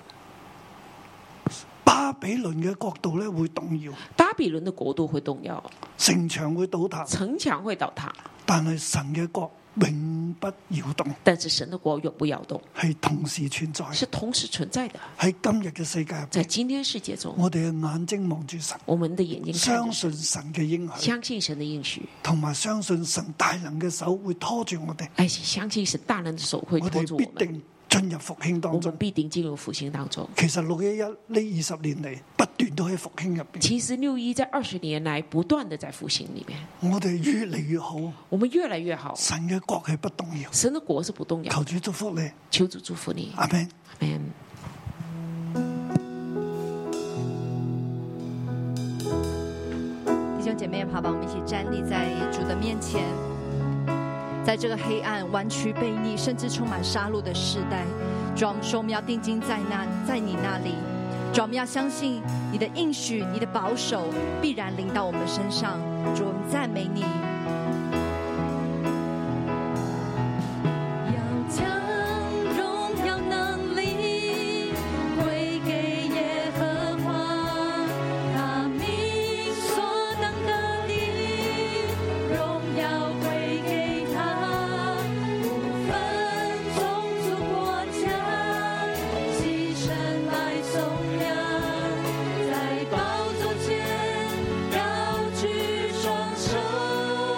巴比倫嘅國度咧會動搖， 巴比倫的國度會動搖， 城牆會倒塌， 城牆會倒塌， 但係神嘅國永不搖動， 但是神的國永不搖動， 係同時存在， 是同時存在的。 喺今日嘅世界入邊， 在今天世界中， 我哋嘅眼睛望住神， 我們的眼睛相信神嘅應許， 相信神的應許， 同埋相信神大能嘅手會拖住我哋， 而且相信神大能的手會拖住我們， 我哋必定進入復興當中， 我們必定進入復興當中。 其實611呢20年嚟不斷都喺復興入邊。 其實611在20年來不斷的在復興裏面， 我哋越嚟越好， 我們越來越好。 神嘅國係不動搖， 神的國是不動搖。 求主祝福你， 求主祝福你。 阿們。 阿們。 弟兄姐妹，好吧，我們一起站立在主的面前。在這個黑暗、彎曲、悖逆，甚至充滿殺戮的世代，主，我們說我們要定睛在你那裡。主，我們要相信你的應許、你的保守必然臨到我們身上。主，我們讚美你。 在宝座前高舉雙手。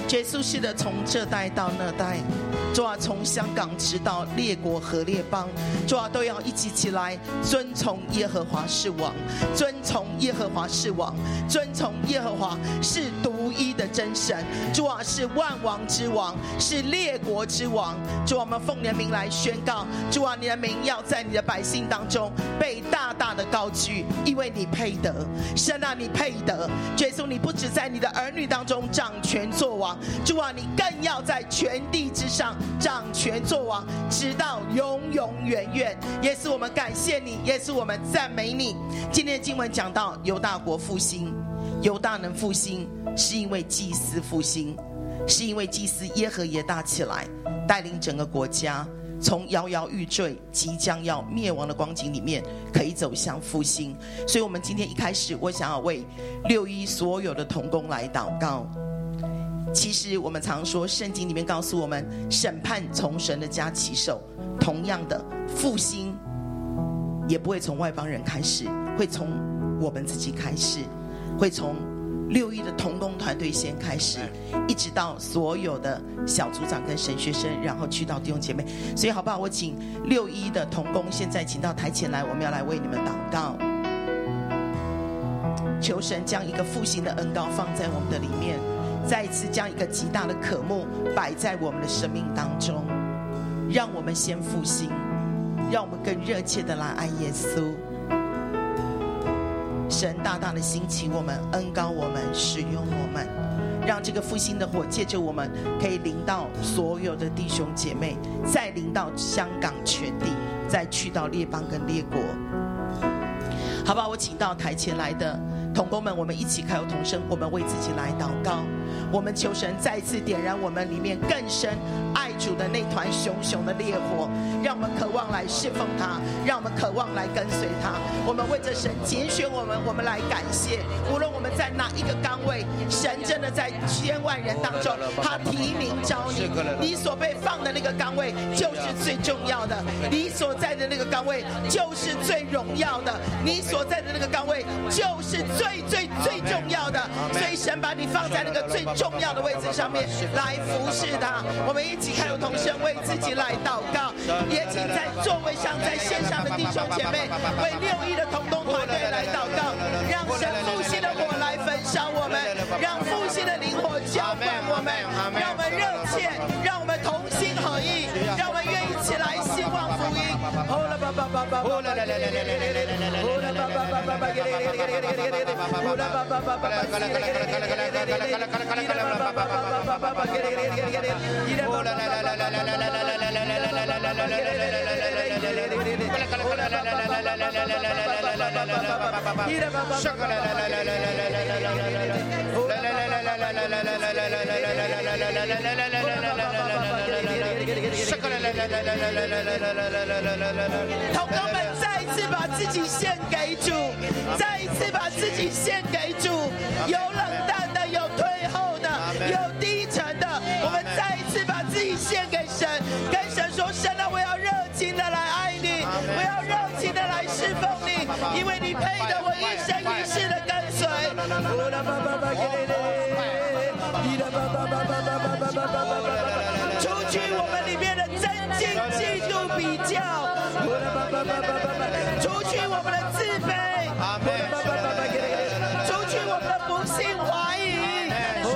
耶稣是的，从这代到那代，主啊，从香港直到列国和列邦，主啊，都要一起起来遵从耶和华是王，遵从耶和华是王，遵从耶和华是独一的真神。主啊，是万王之王，是列国之王。主啊，我们奉你的名来宣告，主啊，你的名要在你的百姓当中被大大的高举，因为你配得。神啊，你配得。耶稣，你不只在你的儿女当中掌权作王，主啊，你更要在全地之上掌权作王，直到永永远远。耶稣，我们感谢你，耶稣，我们赞美你。今天的经文讲到犹大国复兴，犹大能复兴是因为祭司复兴，是因为祭司耶和耶大起来，带领整个国家从摇摇欲坠即将要灭亡的光景里面可以走向复兴。所以我们今天一开始，我想要为6·1所有的同工来祷告。其实我们常说圣经里面告诉我们，审判从神的家起手，同样的复兴也不会从外邦人开始，会从我们自己开始，会从6·1的同工团队先开始，一直到所有的小组长跟神学生，然后去到弟兄姐妹。所以好不好，我请6·1的同工现在请到台前来，我们要来为你们祷告，求神将一个复兴的恩膏放在我们的里面，再一次将一个极大的渴慕摆在我们的生命当中，让我们先复兴，让我们更热切的来爱耶稣。神大大的兴起我们，恩膏我们，使用我们，让这个复兴的火借着我们可以临到所有的弟兄姐妹，再临到香港全地，再去到列邦跟列国。好不好？我请到台前来的同工们，我们一起开口同声，我们为自己来祷告。我们求神再次点燃我们里面更深爱主的那团熊熊的烈火，让我们渴望来侍奉他，让我们渴望来跟随他。我们为着神拣选我们，我们来感谢。无论我们在哪一个岗位，神真的在千万人当中，他提名召你，你所被放的那个岗位就是最重要的，你所在的那个岗位就是最荣耀的，你所在的那个岗位就是最重要的。所以神把你放在那个最重要的位置上面来服侍他。我们一起开口同声为自己来祷告，也请在座位上在线上的弟兄姐妹为6·1的同工团队来祷告，让神复兴的火来焚烧我们，让复兴的灵火浇灌我们，让我们热切，让我们同心合意，让我们愿意起来兴旺福音。同工们再一次把自己献给主，再一次把自己献给主，有冷淡的，有退后的，有低沉的，我们再一次把自己献给神，跟神说，神啊，我要热情的来爱你，我要热情的来侍奉你，因为你配得我一生一世的跟随。除去我们里面的争竞、嫉妒、比较，除去我们的自卑，除去我们的不信、怀疑。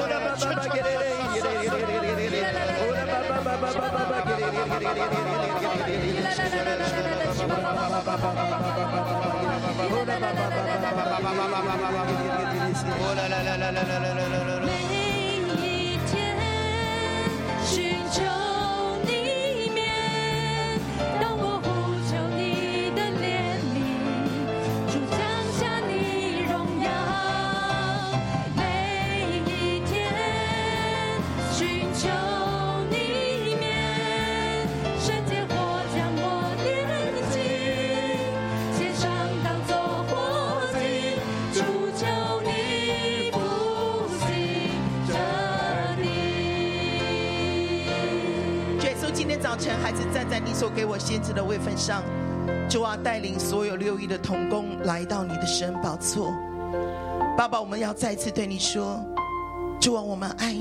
寻求你面，当我呼求你的怜悯，主降下你荣耀。每一天寻求你面，圣洁火将我炼净，献上当作活祭，主求你复兴着你。 今天早晨孩子站在你所给我先知的位分上，主啊，带领所有6·1的同工来到你的神宝座。爸爸，我们要再次对你说，主啊，我们爱你，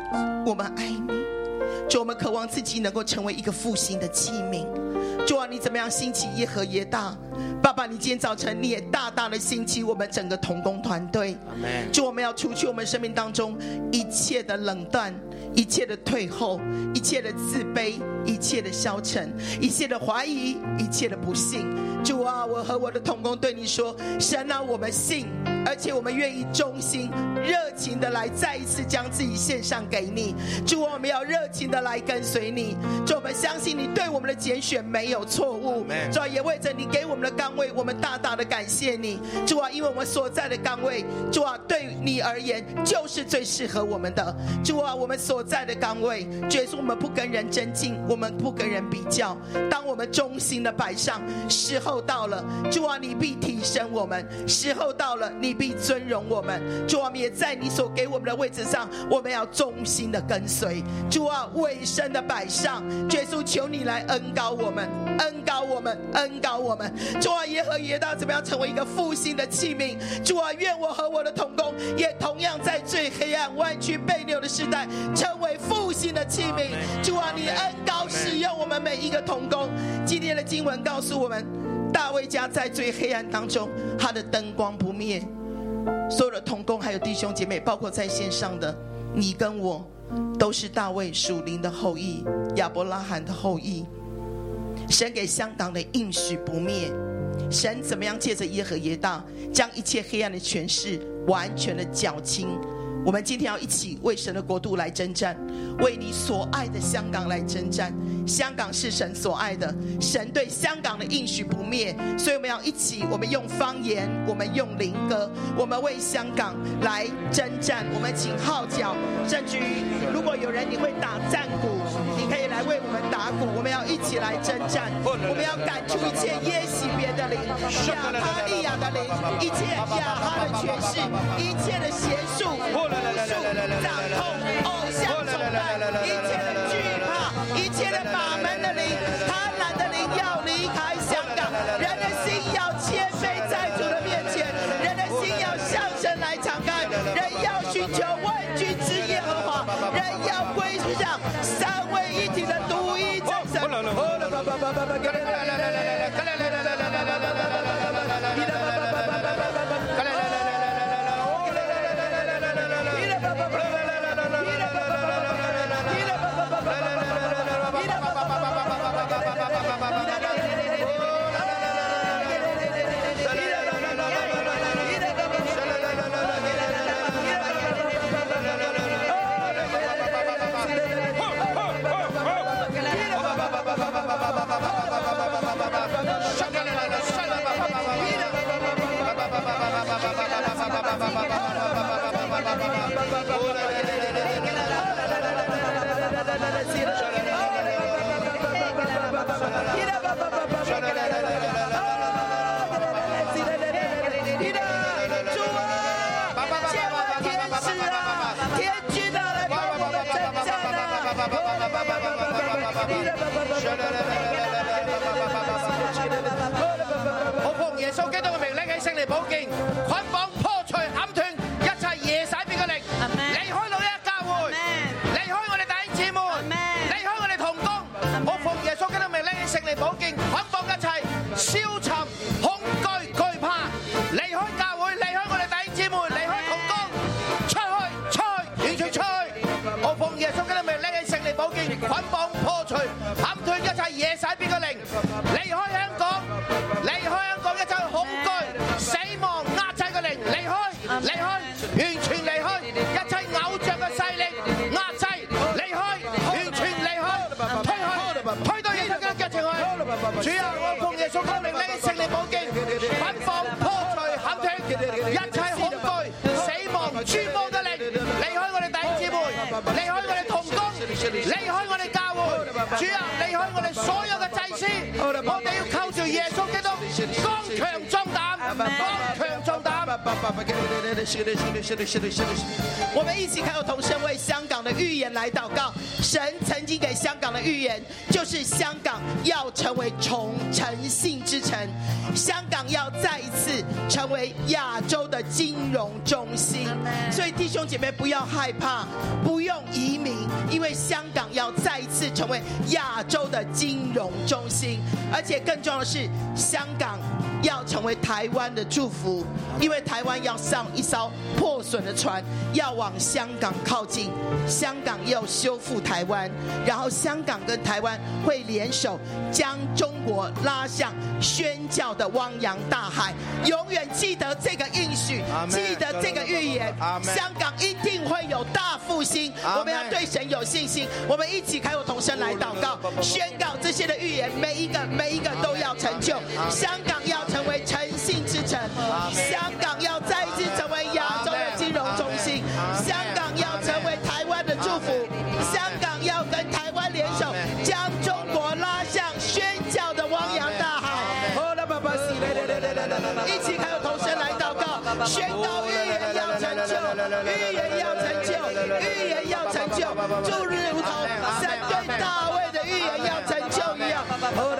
我们爱你。主，我们渴望自己能够成为一个复兴的器皿。主啊，你怎么样兴起耶和耶大？爸爸，你今天早晨你也大大的兴起我们整个同工团队。主，我们要除去我们生命当中一切的冷淡，一切的退后，一切的自卑，一切的消沉，一切的怀疑，一切的不信。主啊，我和我的同工对你说，神啊，我们信，而且我们愿意忠心热情的来再一次将自己献上给你。主啊，我们要热情的来跟随你。主，我们相信你对我们的拣选没有错误。主啊，也为着你给我们的岗位，我们大大的感谢你。主啊，因为我们所在的岗位，主啊，对你而言就是最适合我们的。主啊，我们所在的岗位，主耶稣，我们不跟人争竞，我们不跟人比较。当我们忠心的摆上，时候到了，主啊，你必提升我们；时候到了，你必尊荣我们。主啊，我们也在你所给我们的位置上，我们要忠心的跟随。主啊，委身的摆上，主耶稣，求你来恩膏我们，恩膏我们，恩膏我们。主啊，耶和耶大怎么样成为一个复兴的器皿？主啊，愿我和我的同工也同样在最黑暗、弯曲背扭的时代，成为复兴的器皿。主啊，你恩膏使用我们每一个同工。今天的经文告诉我们，大卫家在最黑暗当中，他的灯光不灭。所有的同工还有弟兄姐妹，包括在线上的你跟我，都是大卫属灵的后裔，亚伯拉罕的后裔。神给香港的应许不灭。神怎么样借着耶和耶大，将一切黑暗的权势完全的缴清。我们今天要一起为神的国度来征战，为你所爱的香港来征战。香港是神所爱的，神对香港的应许不灭，所以我们要一起，我们用方言，我们用灵歌，我们为香港来征战。我们请号角，甚至于如果有人你会打战鼓，你可以来为我们打鼓。我们要一起来征战，我们要赶出一切耶洗别的灵、亚他利亚的灵，一切亚哈的权势，一切的邪术、掌控、偶像崇拜，一切的惧怕，一切的马门的灵、贪婪的灵要离开香港。人的心要谦卑在主的面前，人的心要向神来敞开，人要寻求万军之耶和华，人要归向三位一体的独一真神。 我奉耶穌基督嘅名拎起勝利寶劍，捆綁破除砍斷一切耶洗別嘅靈，離開老一教會，離開我哋弟兄姊妹，離開我哋同工。我奉耶穌基督嘅名拎起勝利寶劍，捆綁一切消沉恐懼懼怕，離開教會，離開我哋弟兄姊妹，離開同工，出去，完全出去。我奉耶穌基督嘅名拎起勝利寶劍，捆綁破除砍斷一切耶洗別嘅靈，離開香港，離開香港一切恐懼、死亡、壓制嘅靈，離開，完全離開一切偶像嘅勢力壓制，離開，完全離開，推到耶穌基督嘅腳前去。主啊，我奉耶穌基督名拎起勝利寶劍，捆綁破除砍斷一切恐懼、死亡、諸魔嘅靈，離開我哋弟兄姊妹，離開我哋同工，離開我哋教會。主啊，離開我哋所有嘅祭司，我哋要靠住耶穌基督剛強壯膽，剛強壯膽。 我们一起开口同声为香港的预言来祷告。神曾经给香港的预言，就是香港要成为诚信之城，香港要再一次成为亚洲的金融中心。所以弟兄姐妹不要害怕，不用移民，因为香港要再一次成为亚洲的金融中心。而且更重要的是，香港要成为台湾的祝福，因为台湾要上一艘破损的船，要往香港靠近，香港要修复台湾，然后香港跟台湾会联手，将中国拉向宣教的汪洋大海。永远记得这个应许，记得这个预言，香港一定会有大复兴。我们要对神有信心，我们一起开口同声来祷告，宣告这些的预言，每一个都要成就。香港要成为诚信之城，香港要再一次成为亚洲的金融中心，香港要成为台湾的祝福，香港要跟台湾联手，将中国拉向宣教的汪洋大海。一起开口同声来祷告，宣告预言要成就，预言要成就，预言要成就，就如同神对大卫的预言要成就一样。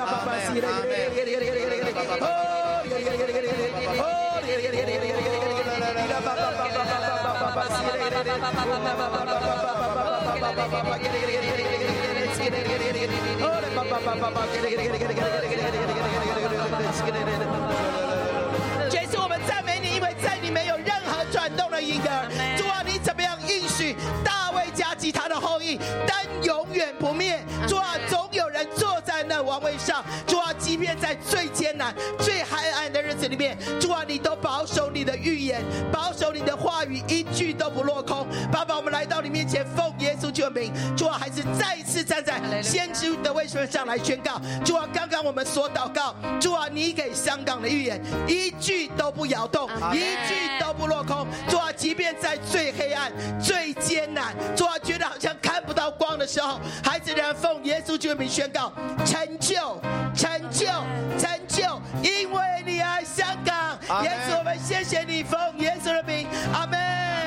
耶稣，我们赞美你，因为在你没有任何转动的婴儿。主啊，你怎么样应许大卫家及他的后裔，灯永远不灭。主啊，总有人坐在那王位上。主啊，即便在最艰难、最黑暗的日子里面，主啊，你都保守你的预言，保守你的话语，一句都不落空。爸爸，我们来到你面前，奉耶稣救名。主啊，还是再一次站在先知的位置上来宣告。主啊，刚刚我们所祷告，主啊，你给香港的预言，一句都不摇动，一句都不落空。主啊，即便在最黑暗、最艰难，主啊，觉得好像看不到光的时候，孩子人奉耶稣救名宣告：成就，成就，成就，因为你爱香港。耶稣，我们谢谢你，奉耶稣的名，阿门。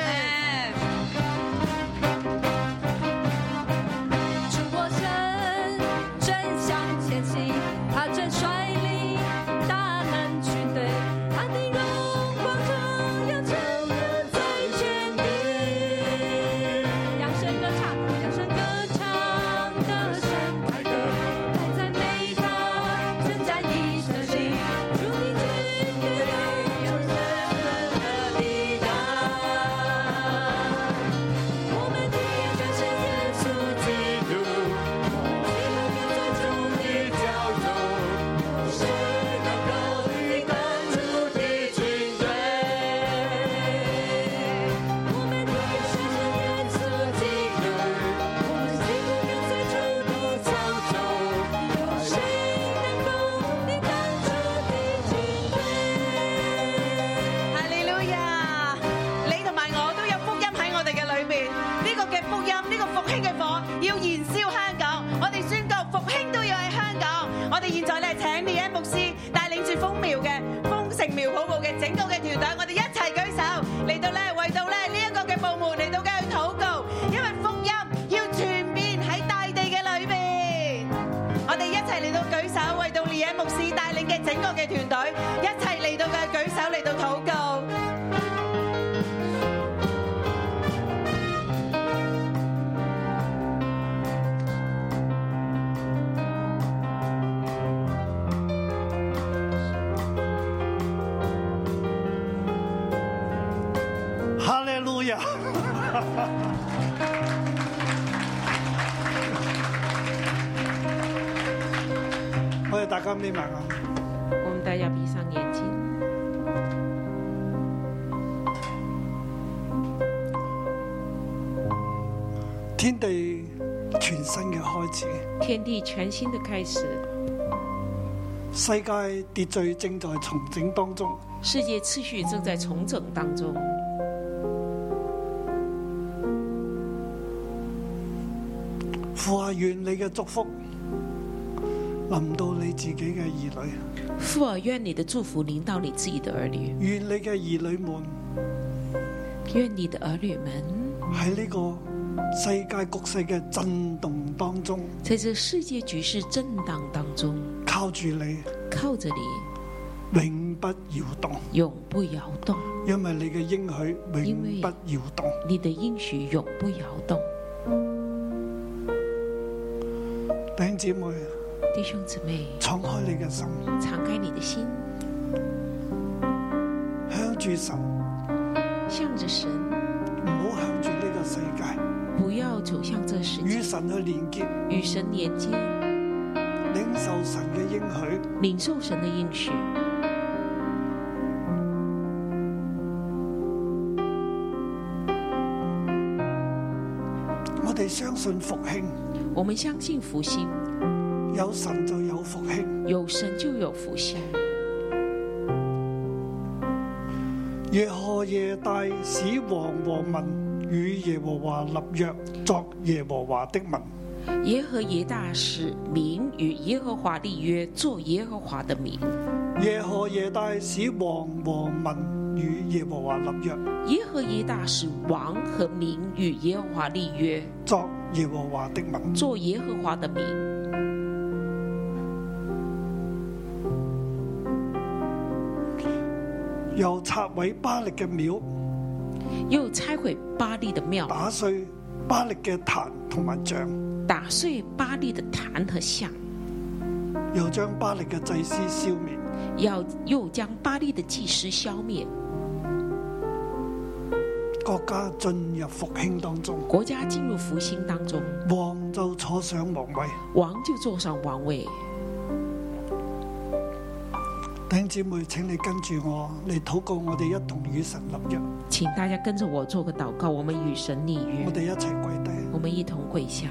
中国神正向前行，他正率领大能军队，他的荣光中要成人在全地。扬声歌唱，扬声歌唱，歌声凯歌，摆在每他征战一生心，主你军队有神的力量。我们的全是耶稣基督，基督跟随主的脚走，是能够抵挡主的军队。我们的全是耶稣基督，我们基督跟随主的脚走，是能够抵挡主的军队。 哈利路亞！你同埋我都有福音喺我哋嘅裏面，呢個嘅福音，呢個復興嘅火要燃燒香港。我哋宣告復興都要喺香港。我哋現在咧請李恩牧師帶領住豐苗嘅豐盛苗圃部嘅整個嘅團隊，我哋一齊舉手嚟到咧為到咧呢一個嘅部門嚟到嘅去禱告，因為福音要傳遍喺大地嘅裏面。我哋一齊嚟到舉手，為到李恩牧師帶領嘅整個嘅團隊，一齊嚟到嘅舉手嚟到禱告。 哈利路亞！我哋大家眯埋眼。 我们大家闭上眼睛。 天地全新嘅開始， 天地全新的開始， 世界秩序正在重整當中。 世界秩序正在重整當中。 父啊，願你嘅祝福臨到你自己嘅兒女。 父啊，願你的祝福臨到你自己的兒女， 願你嘅兒女們願你的兒女們喺呢個世界局勢嘅震動當中， 在這世界局勢震盪當中， 靠住你， 靠着你， 永不搖動， 永不搖動， 因為你嘅應許永不搖動。 你的應許永不搖動。 弟兄姊妹， 弟兄姊妹， 敞開你嘅心， 敞開你的心， 向住神， 向着神， 唔好向住呢個世界， 不要走向這世界， 與神去連結， 與神連接， 領受神嘅應許， 領受神的應許。 我哋相信復興， 我們相信復興， 有神就有復興， 有神就有復興。 耶何耶大使王和民與耶和華立約，作耶和華的民。 耶何耶大使民與耶和華立約，作耶和華的民。 耶何耶大使王和民與耶和華立約， 耶何耶大使王和民與耶和華立約， 作耶和華的民。 作耶和華的民。 又拆毀巴力嘅廟， 又拆毀巴力的廟， 打碎巴力嘅壇同埋像， 打碎巴力的壇和像， 又將巴力嘅祭司消滅， 又將巴力的祭司消滅。 國家進入復興當中， 國家進入復興當中， 王就坐上王位， 王就坐上王位。 弟兄姊妹，請你跟住我嚟禱告，我哋一同與神立約。 請大家跟着我做個禱告，我們與神立約。 我哋一齊跪低， 我們一同跪下。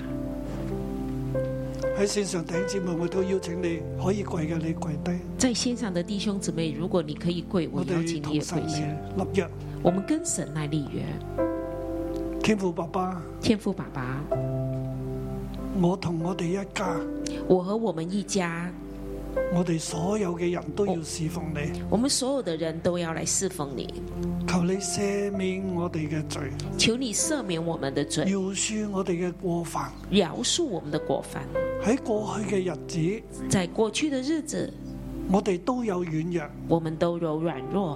喺線上弟兄姊妹，我都邀請你可以跪嘅，你跪低。 在線上的弟兄姊妹，如果你可以跪，我邀請你也跪下。 立約， 我們跟神來立約。 天父爸爸， 天父爸爸， 我同我哋一家， 我和我們一家， 我哋所有嘅人都要侍奉你。 我們所有的人都要來侍奉你。 求你赦免我哋嘅罪， 求你赦免我們的罪， 饒恕我哋嘅過犯， 饒恕我們的過犯。 喺過去嘅日子， 在過去的日子， 我哋都有軟弱， 我們都有軟弱，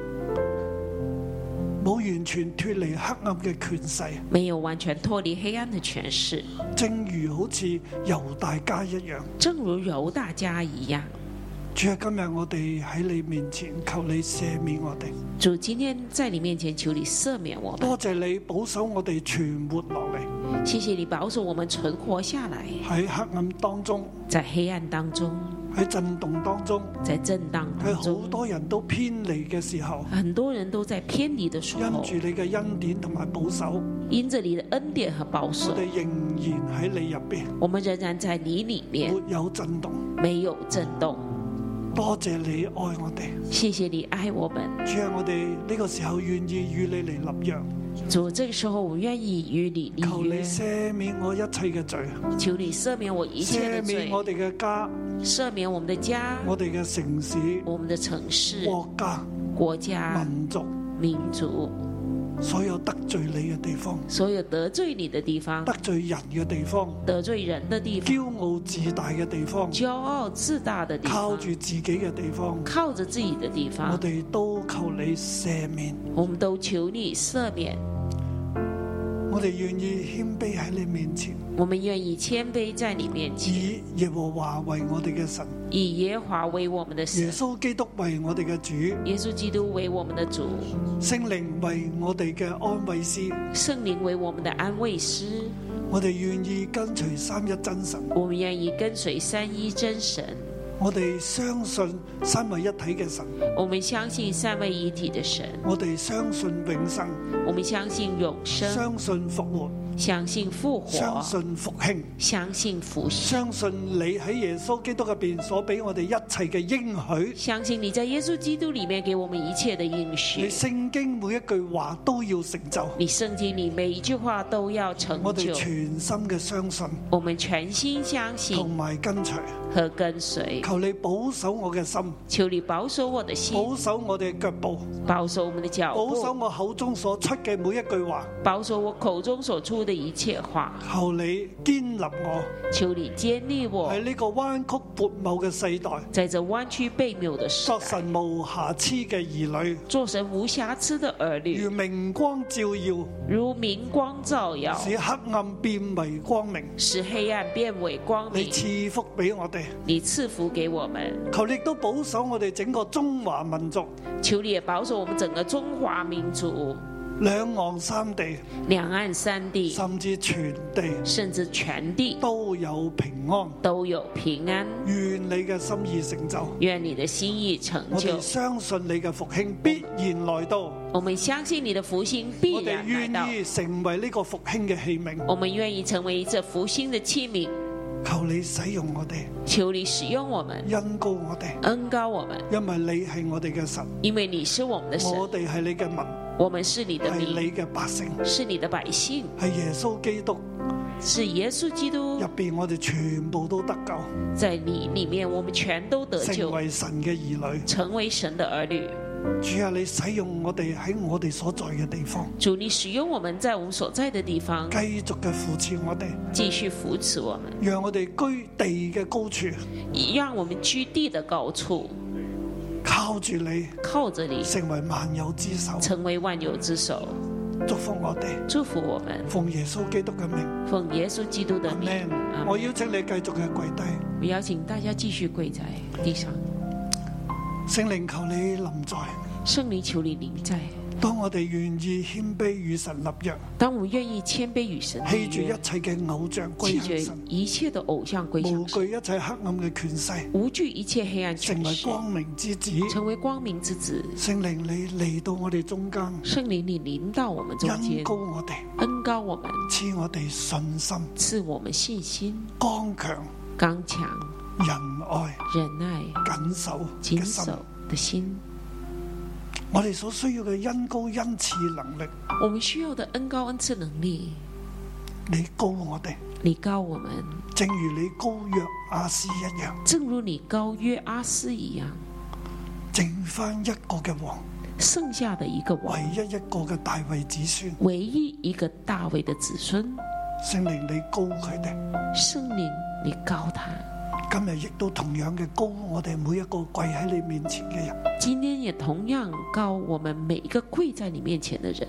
冇完全脫離黑暗嘅權勢， 沒有完全脫離黑暗的權勢， 正如好似猶大家一樣， 正如猶大家一樣。 主啊，今日我哋喺你面前，求你赦免我哋。 主，今天在你面前，求你赦免我們。 多謝你保守我哋存活落嚟， 謝謝你保守我們存活下來。 喺黑暗當中， 在黑暗當中， 喺震動當中， 在震盪喺當中， 好多人都偏離嘅時候， 很多人都在偏離的時候， 因住你嘅恩典同埋保守， 因着你的恩典和保守， 我哋仍然喺你入邊， 我們仍然在你裏面， 沒有震動， 沒有震動。 多謝你愛我哋， 謝謝你愛我們。 主啊，我哋呢個時候願意與你嚟立約。 主，這個時候我願意與你立約。 求你赦免我一切嘅罪， 求你赦免我一切的罪， 赦免我哋嘅家， 赦免我們的家， 我哋嘅城市， 我們的城市， 國家， 民族， 所有得罪你嘅地方， 所有得罪你的地方， 得罪人嘅地方， 得罪人的地方， 驕傲自大嘅地方， 驕傲自大的地方， 靠住自己嘅地方， 靠着自己的地方， 我哋都求你赦免， 我們都求你赦免。 我哋願意謙卑喺你面前， 我們願意謙卑在你面前， 以耶和華為我哋嘅神， 以耶和華為我們的神， 耶穌基督為我哋嘅主， 耶穌基督為我們的主， 聖靈為我哋嘅安慰師， 聖靈為我們的安慰師。 我哋願意跟隨三一真神， 我們願意跟隨三一真神。 我哋相信三位一體嘅神， 我們相信三位一體的神。 我哋相信永生， 我們相信永生， 相信復活， 相信復活， 相信復興， 相信復興， 相信你喺耶穌基督入邊所俾我哋一切嘅應許， 相信你在耶穌基督裡面給我們一切的應你許， 聖經每一句話都要成就， 你聖經裡每一句話都要成我哋就， 全心嘅相信我們全心相同信埋跟隨。 和跟隨。 求你保守我嘅心， 求你保守我的心， 保守我哋嘅腳步， 保守我們的腳保守步， 我口中所出嘅每一句話。 保守我口中所出的一切話。 求你堅立我求你堅立我喺呢個彎曲悖謬嘅世代， 在這彎曲悖謬的時作代， 神無瑕疵嘅兒女， 做神無瑕疵的兒女， 如明光照耀， 如明光照耀， 使黑暗變為光明。 使黑暗變為光你明。 賜福俾我哋， 你賜福給我們， 求你亦都保守我哋整個中華民族， 求你也保守我們整個中華民族， 兩岸三地， 兩岸三地， 甚至全地甚至全地都有平安。 都有平安。 願你嘅心意成就。 願你的心意成就我哋。相信你嘅復興必然來到， 我們相信你的復興必我哋然來到。 願意成為呢個復興嘅器皿。 我們願意成為這復興的器皿。 求你使用我哋， 求你使用我們， 恩膏我哋， 恩膏我們， 因為你係我哋嘅神， 因為你是我們的神， 我哋係你嘅民， 我們是你的係你民， 嘅百姓， 是你的百姓， 係耶穌基督是耶穌基督入邊，我哋全部都得救， 在你裡面，我們全都得成救， 為神嘅兒女。 成為神的兒女。 主啊，你使用我哋喺我哋所在嘅地方， 主，你使用我們在我們所在的地方， 繼續嘅扶持我哋， 繼續扶持我們， 讓我哋居地嘅高處， 讓我們居地的高處， 靠住你， 靠着你， 成為萬有之首。 成為萬有之首。 祝福我哋， 祝福我們， 奉耶穌基督嘅名。 奉耶穌基督的名。 Amen 阿們我邀請你繼續嘅跪低， 我邀請大家繼續跪在地上。 聖靈求你臨在。 聖靈求你臨在。 當我哋願意謙卑與神立約， 當我們願意謙卑與神棄絕立約， 一切嘅偶像歸棄絕向神， 一切的偶像歸無向神， 懼一切黑暗嘅權勢， 無懼一切黑暗權勢， 成為光明之子。 成為光明之子。 聖靈你嚟到我哋中間， 聖靈你臨到我們中恩間， 膏我哋， 恩膏我們， 賜我哋信心、 賜我們信心、 剛強、 剛強、 仁愛、 忍耐、 謹守嘅心。 謹守的心。 我哋所需要嘅恩膏、恩賜能力， 我們需要的恩膏恩賜能力， 你膏我哋， 你膏我們， 正如你膏約阿斯一樣， 正如你膏約阿斯一樣， 剩翻一個嘅王， 剩下的一個王唯，一一個嘅大衛子孫。 唯一一個大衛的子孫。 聖靈你膏佢哋， 聖靈你膏他， 今日亦都同樣嘅膏我哋每一個跪喺你面前嘅人。 今天也同樣膏我們每一個跪在你面前的人。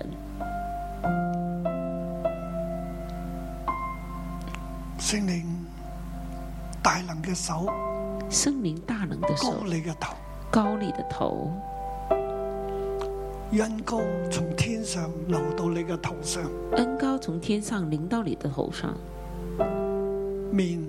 聖靈大能嘅手， 聖靈大能的膏手你嘅頭， 膏你的頭， 恩膏從天上流到你嘅頭上， 恩膏從天上臨到你的頭上， 面、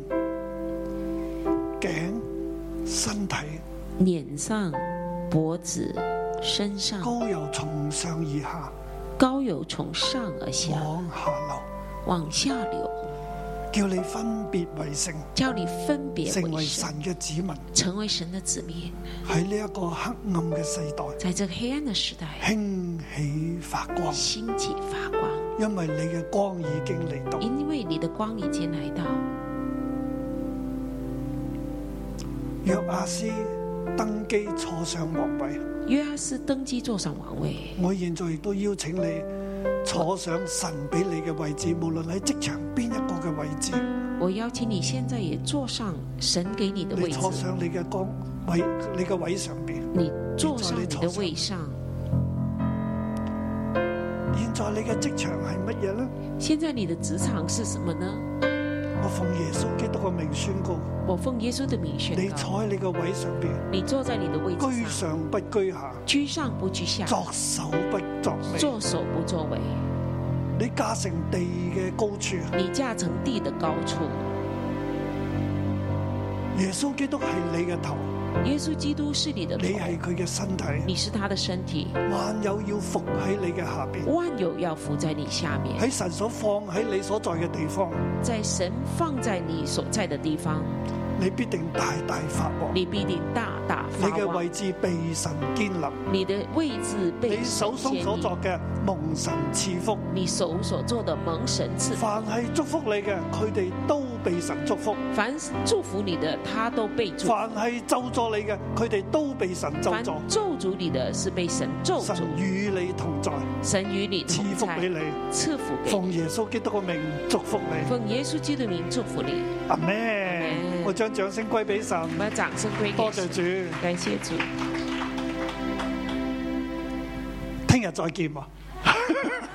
頸、身體， 臉上、脖子、身上， 膏油從上而下， 膏油從上而下， 往下流， 往下流， 叫你分別為聖， 叫你分別成為為聖， 神嘅子民。 成為神的子民。 喺呢一個黑暗嘅世代， 在這個黑暗的時代， 興起發光， 興起發光， 因為你嘅光已經嚟到。 因為你的光已經來到。 約阿斯登基坐上皇位， 約阿斯登基坐上王位。 我現在亦都邀請你坐上神俾你嘅位置，無論喺職場邊一個嘅位置， 我邀請你現在也坐上神給你的你位置， 坐上你嘅位，你嘅位上邊。 你坐上你的位上。 現在你嘅職場係乜嘢呢？ 現在你的職場是什麼呢？ 我奉耶穌基督嘅名宣告， 我奉耶穌的名宣告， 你坐喺你嘅位上邊， 你坐在你的位置居上， 上不居下， 居上不居下， 作首不作尾， 作首不作尾。 你駕乘地嘅高處， 你駕乘地的高處。 耶穌基督係你嘅頭， 耶穌基督是你的頭， 你係佢嘅身體， 你是他的身體， 萬有要服喺你嘅下邊， 萬有要服在你下面， 喺神所放喺你所在嘅地方， 在神放在你所在的地方， 你必定大大發旺， 你必定大大你嘅發旺， 位置被神堅立， 你的位置被你手神建立， 中所作嘅蒙神賜福， 你手所做的蒙神賜福， 凡係祝福你嘅，佢哋都被神祝福； 凡祝福你的，他都被祝福； 凡係咒詛你嘅，佢哋都被神咒凡詛。 咒詛你的，是被神咒神詛。 與你同在， 神與你同在， 賜福俾你， 賜福給你。 奉耶穌基督嘅名祝福你。 奉耶穌基督的名祝福你。 阿咩？我將掌聲歸俾神。 我們掌聲歸給多謝神， 主， 感謝主。 聽日再見喎。